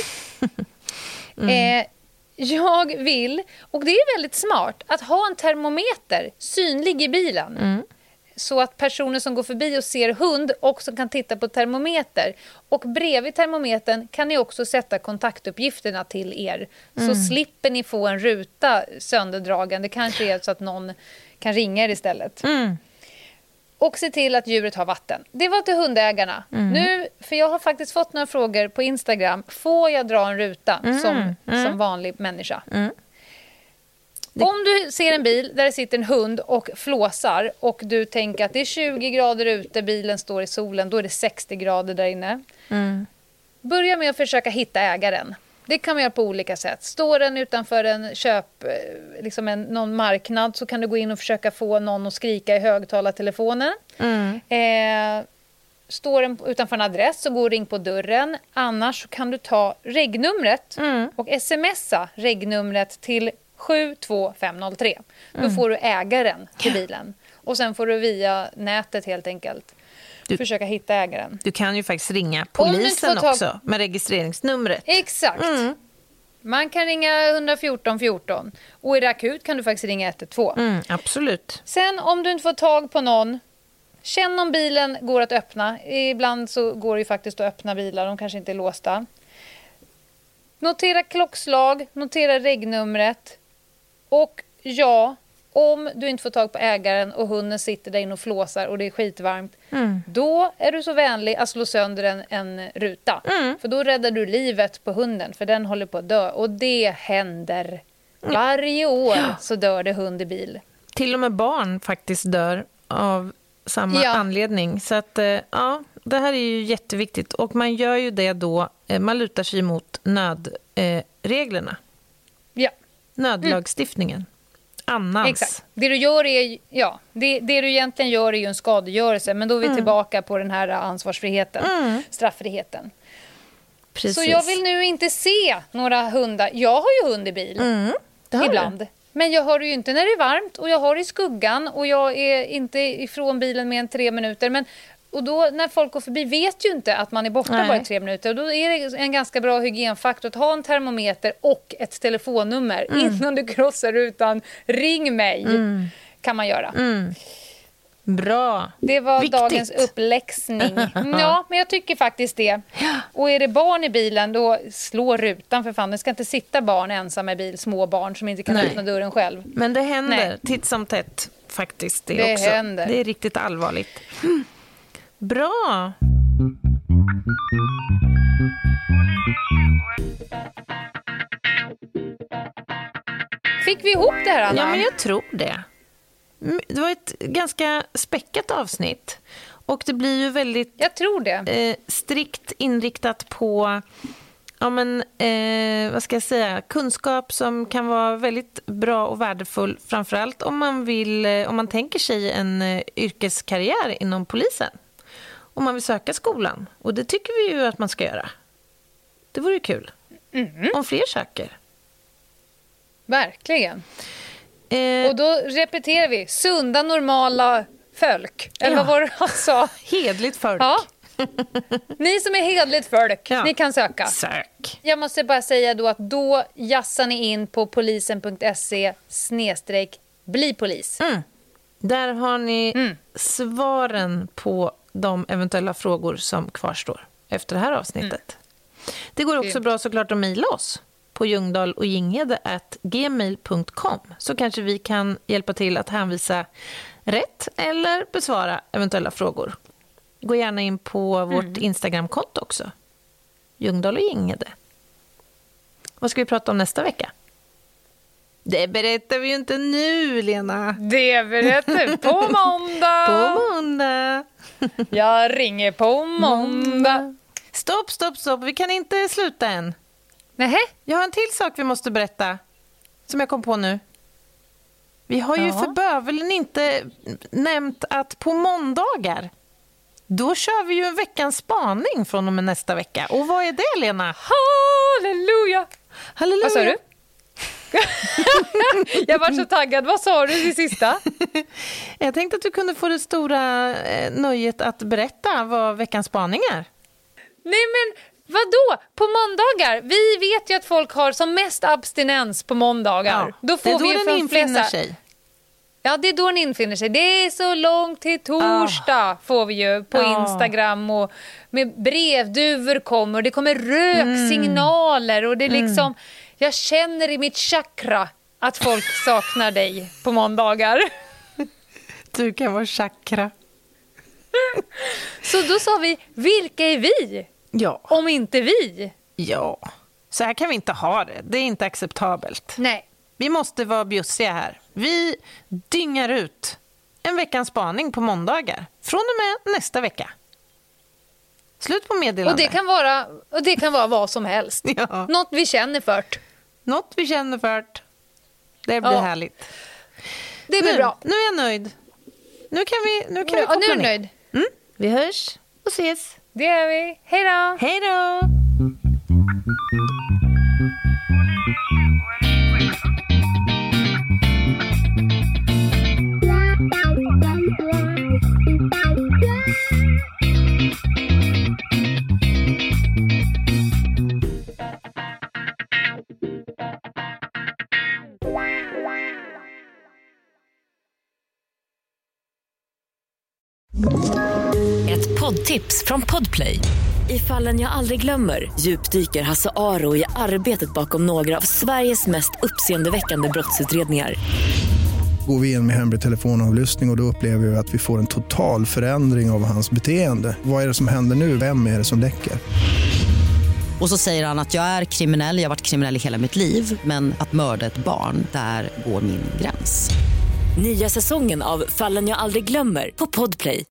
mm. eh, jag vill, och det är väldigt smart, att ha en termometer synlig i bilen. Mm. Så att personer som går förbi och ser hund också kan titta på termometer. Och bredvid termometern kan ni också sätta kontaktuppgifterna till er. Mm. Så slipper ni få en ruta sönderdragen. Det kanske är så att någon kan ringa er istället. Mm. Och se till att djuret har vatten. Det var till hundägarna. Mm. Nu, för jag har faktiskt fått några frågor på Instagram. Får jag dra en ruta mm. som, mm. som vanlig människa? Mm. Det... Om du ser en bil där det sitter en hund och flåsar och du tänker att det är tjugo grader ute, bilen står i solen, då är det sextio grader där inne. Mm. Börja med att försöka hitta ägaren. Det kan man göra på olika sätt. Står den utanför en köp, liksom en, någon marknad, så kan du gå in och försöka få någon att skrika i högtalartelefonen. Mm. Eh, står den utanför en adress så går och ring på dörren. Annars kan du ta regnumret mm. och smsa regnumret till sju två fem noll tre. Då mm. får du ägaren till bilen. Och sen får du via nätet helt enkelt du, försöka hitta ägaren. Du kan ju faktiskt ringa polisen tag... också med registreringsnumret. Exakt. Mm. Man kan ringa ett fyra ett fyra. Och är det akut kan du faktiskt ringa ett ett två. Mm, absolut. Sen om du inte får tag på någon, känn om bilen går att öppna. Ibland så går det ju faktiskt att öppna bilar. De kanske inte är låsta. Notera klockslag. Notera regnumret. Och ja, om du inte får tag på ägaren och hunden sitter där inne och flåsar och det är skitvarmt, mm. då är du så vänlig att slå sönder en, en ruta. Mm. För då räddar du livet på hunden, för den håller på att dö. Och det händer. Varje år så dör det hund i bil. Till och med barn faktiskt dör av samma ja. anledning. Så att, ja, det här är ju jätteviktigt. Och man gör ju det då, man lutar sig mot nödreglerna. Ja. Nödlagstiftningen. Mm. Annars. Exakt. Det du gör är, ja, det, det du egentligen gör är ju en skadegörelse, men då är vi mm. tillbaka på den här ansvarsfriheten, mm. strafffriheten. Precis. Så jag vill nu inte se några hundar. Jag har ju hund i bil mm. ibland. Du. Men jag har det ju inte när det är varmt och jag har det i skuggan och jag är inte ifrån bilen mer än tre minuter. Men Och då när folk går förbi vet ju inte att man är borta Nej. bara i tre minuter. Och då är det en ganska bra hygienfaktor att ha en termometer och ett telefonnummer. Mm. Innan du krossar rutan, ring mig, mm. kan man göra. Mm. Bra. Det var Viktigt. Dagens uppläxning. Ja, men jag tycker faktiskt det. Och är det barn i bilen, då slå rutan för fan. Det ska inte sitta barn ensamma i bil, små barn som inte kan Nej. öppna dörren själv. Men det händer Nej. titt som tätt faktiskt det, det också. Händer. Det är riktigt allvarligt. Mm. Bra. Fick vi ihop det här, Anna? Ja, men jag tror det. Det var ett ganska späckat avsnitt. Och det blir ju väldigt jag tror det. Eh, strikt inriktat på ja, men, eh, vad ska jag säga, kunskap som kan vara väldigt bra och värdefull. Framförallt om man, vill, om man tänker sig en eh, yrkeskarriär inom polisen. Om man vill söka skolan. Och det tycker vi ju att man ska göra. Det vore ju kul. Mm. Om fler söker. Verkligen. Eh, och då repeterar vi. Sunda, normala folk. Eller ja. vad var det han sa? Hedligt folk. Ja. Ni som är hedligt folk, ja. ni kan söka. Sök. Jag måste bara säga då att då jassar ni in på polisen punkt se snedstreck bli polis. Mm. Där har ni mm. svaren på de eventuella frågor som kvarstår efter det här avsnittet. Mm. Det går också bra såklart att mejla oss på ljungdahl och ginghede at gmail punkt com, så kanske vi kan hjälpa till att hänvisa rätt eller besvara eventuella frågor. Gå gärna in på mm. vårt Instagramkonto också. Ljungdahl och Ginghede. Vad ska vi prata om nästa vecka? Det berättar vi ju inte nu, Lena. Det berättar vi på måndag. På måndag. Jag ringer på måndag. Stopp, stopp, stopp. Vi kan inte sluta än. Nähä? Jag har en till sak vi måste berätta. Som jag kom på nu. Vi har ju ja. för bövelen inte nämnt att på måndagar då kör vi ju en veckans spaning från och med nästa vecka. Och vad är det, Lena? Halleluja! Halleluja! Vad sa du? Jag var så taggad. Vad sa du i sista? Jag tänkte att du kunde få det stora eh, nöjet att berätta vad veckans spaning är. Nej, men vadå? På måndagar? Vi vet ju att folk har som mest abstinens på måndagar. Ja, då får det är då vi den infinner sig. Ja, det är då den infinner sig. Det är så långt till torsdag oh. får vi ju på oh. Instagram. Och med brevduvor kommer. Det kommer röksignaler. Och det är liksom... Mm. Jag känner i mitt chakra att folk saknar dig på måndagar. Du kan vara chakra. Så då sa vi, vilka är vi? Ja. Om inte vi? Ja, så här kan vi inte ha det. Det är inte acceptabelt. Nej. Vi måste vara bjussiga här. Vi dyngar ut en veckans spaning på måndagar. Från och med nästa vecka. Slut på meddelande. Och det kan vara, och det kan vara vad som helst. Ja. Något vi känner fört. Något vi känner fört. Det blir ja. härligt. Det blir nu, bra. Nu är jag nöjd. Nu kan vi, nu kan vi ja, koppla nu är ner. nöjd. Mm? Vi hörs och ses. Det är vi. Hej då. Hej då. Ett poddtips från Podplay. I Fallen jag aldrig glömmer djupdyker Hasse Aro i arbetet bakom några av Sveriges mest uppseendeväckande brottsutredningar. Går vi in med hemlig telefonavlyssning och, och då upplever vi att vi får en total förändring av hans beteende. Vad är det som händer nu? Vem är det som läcker? Och så säger han att jag är kriminell, jag har varit kriminell i hela mitt liv. Men att mörda ett barn, där går min gräns. Nya säsongen av Fallen jag aldrig glömmer på Podplay.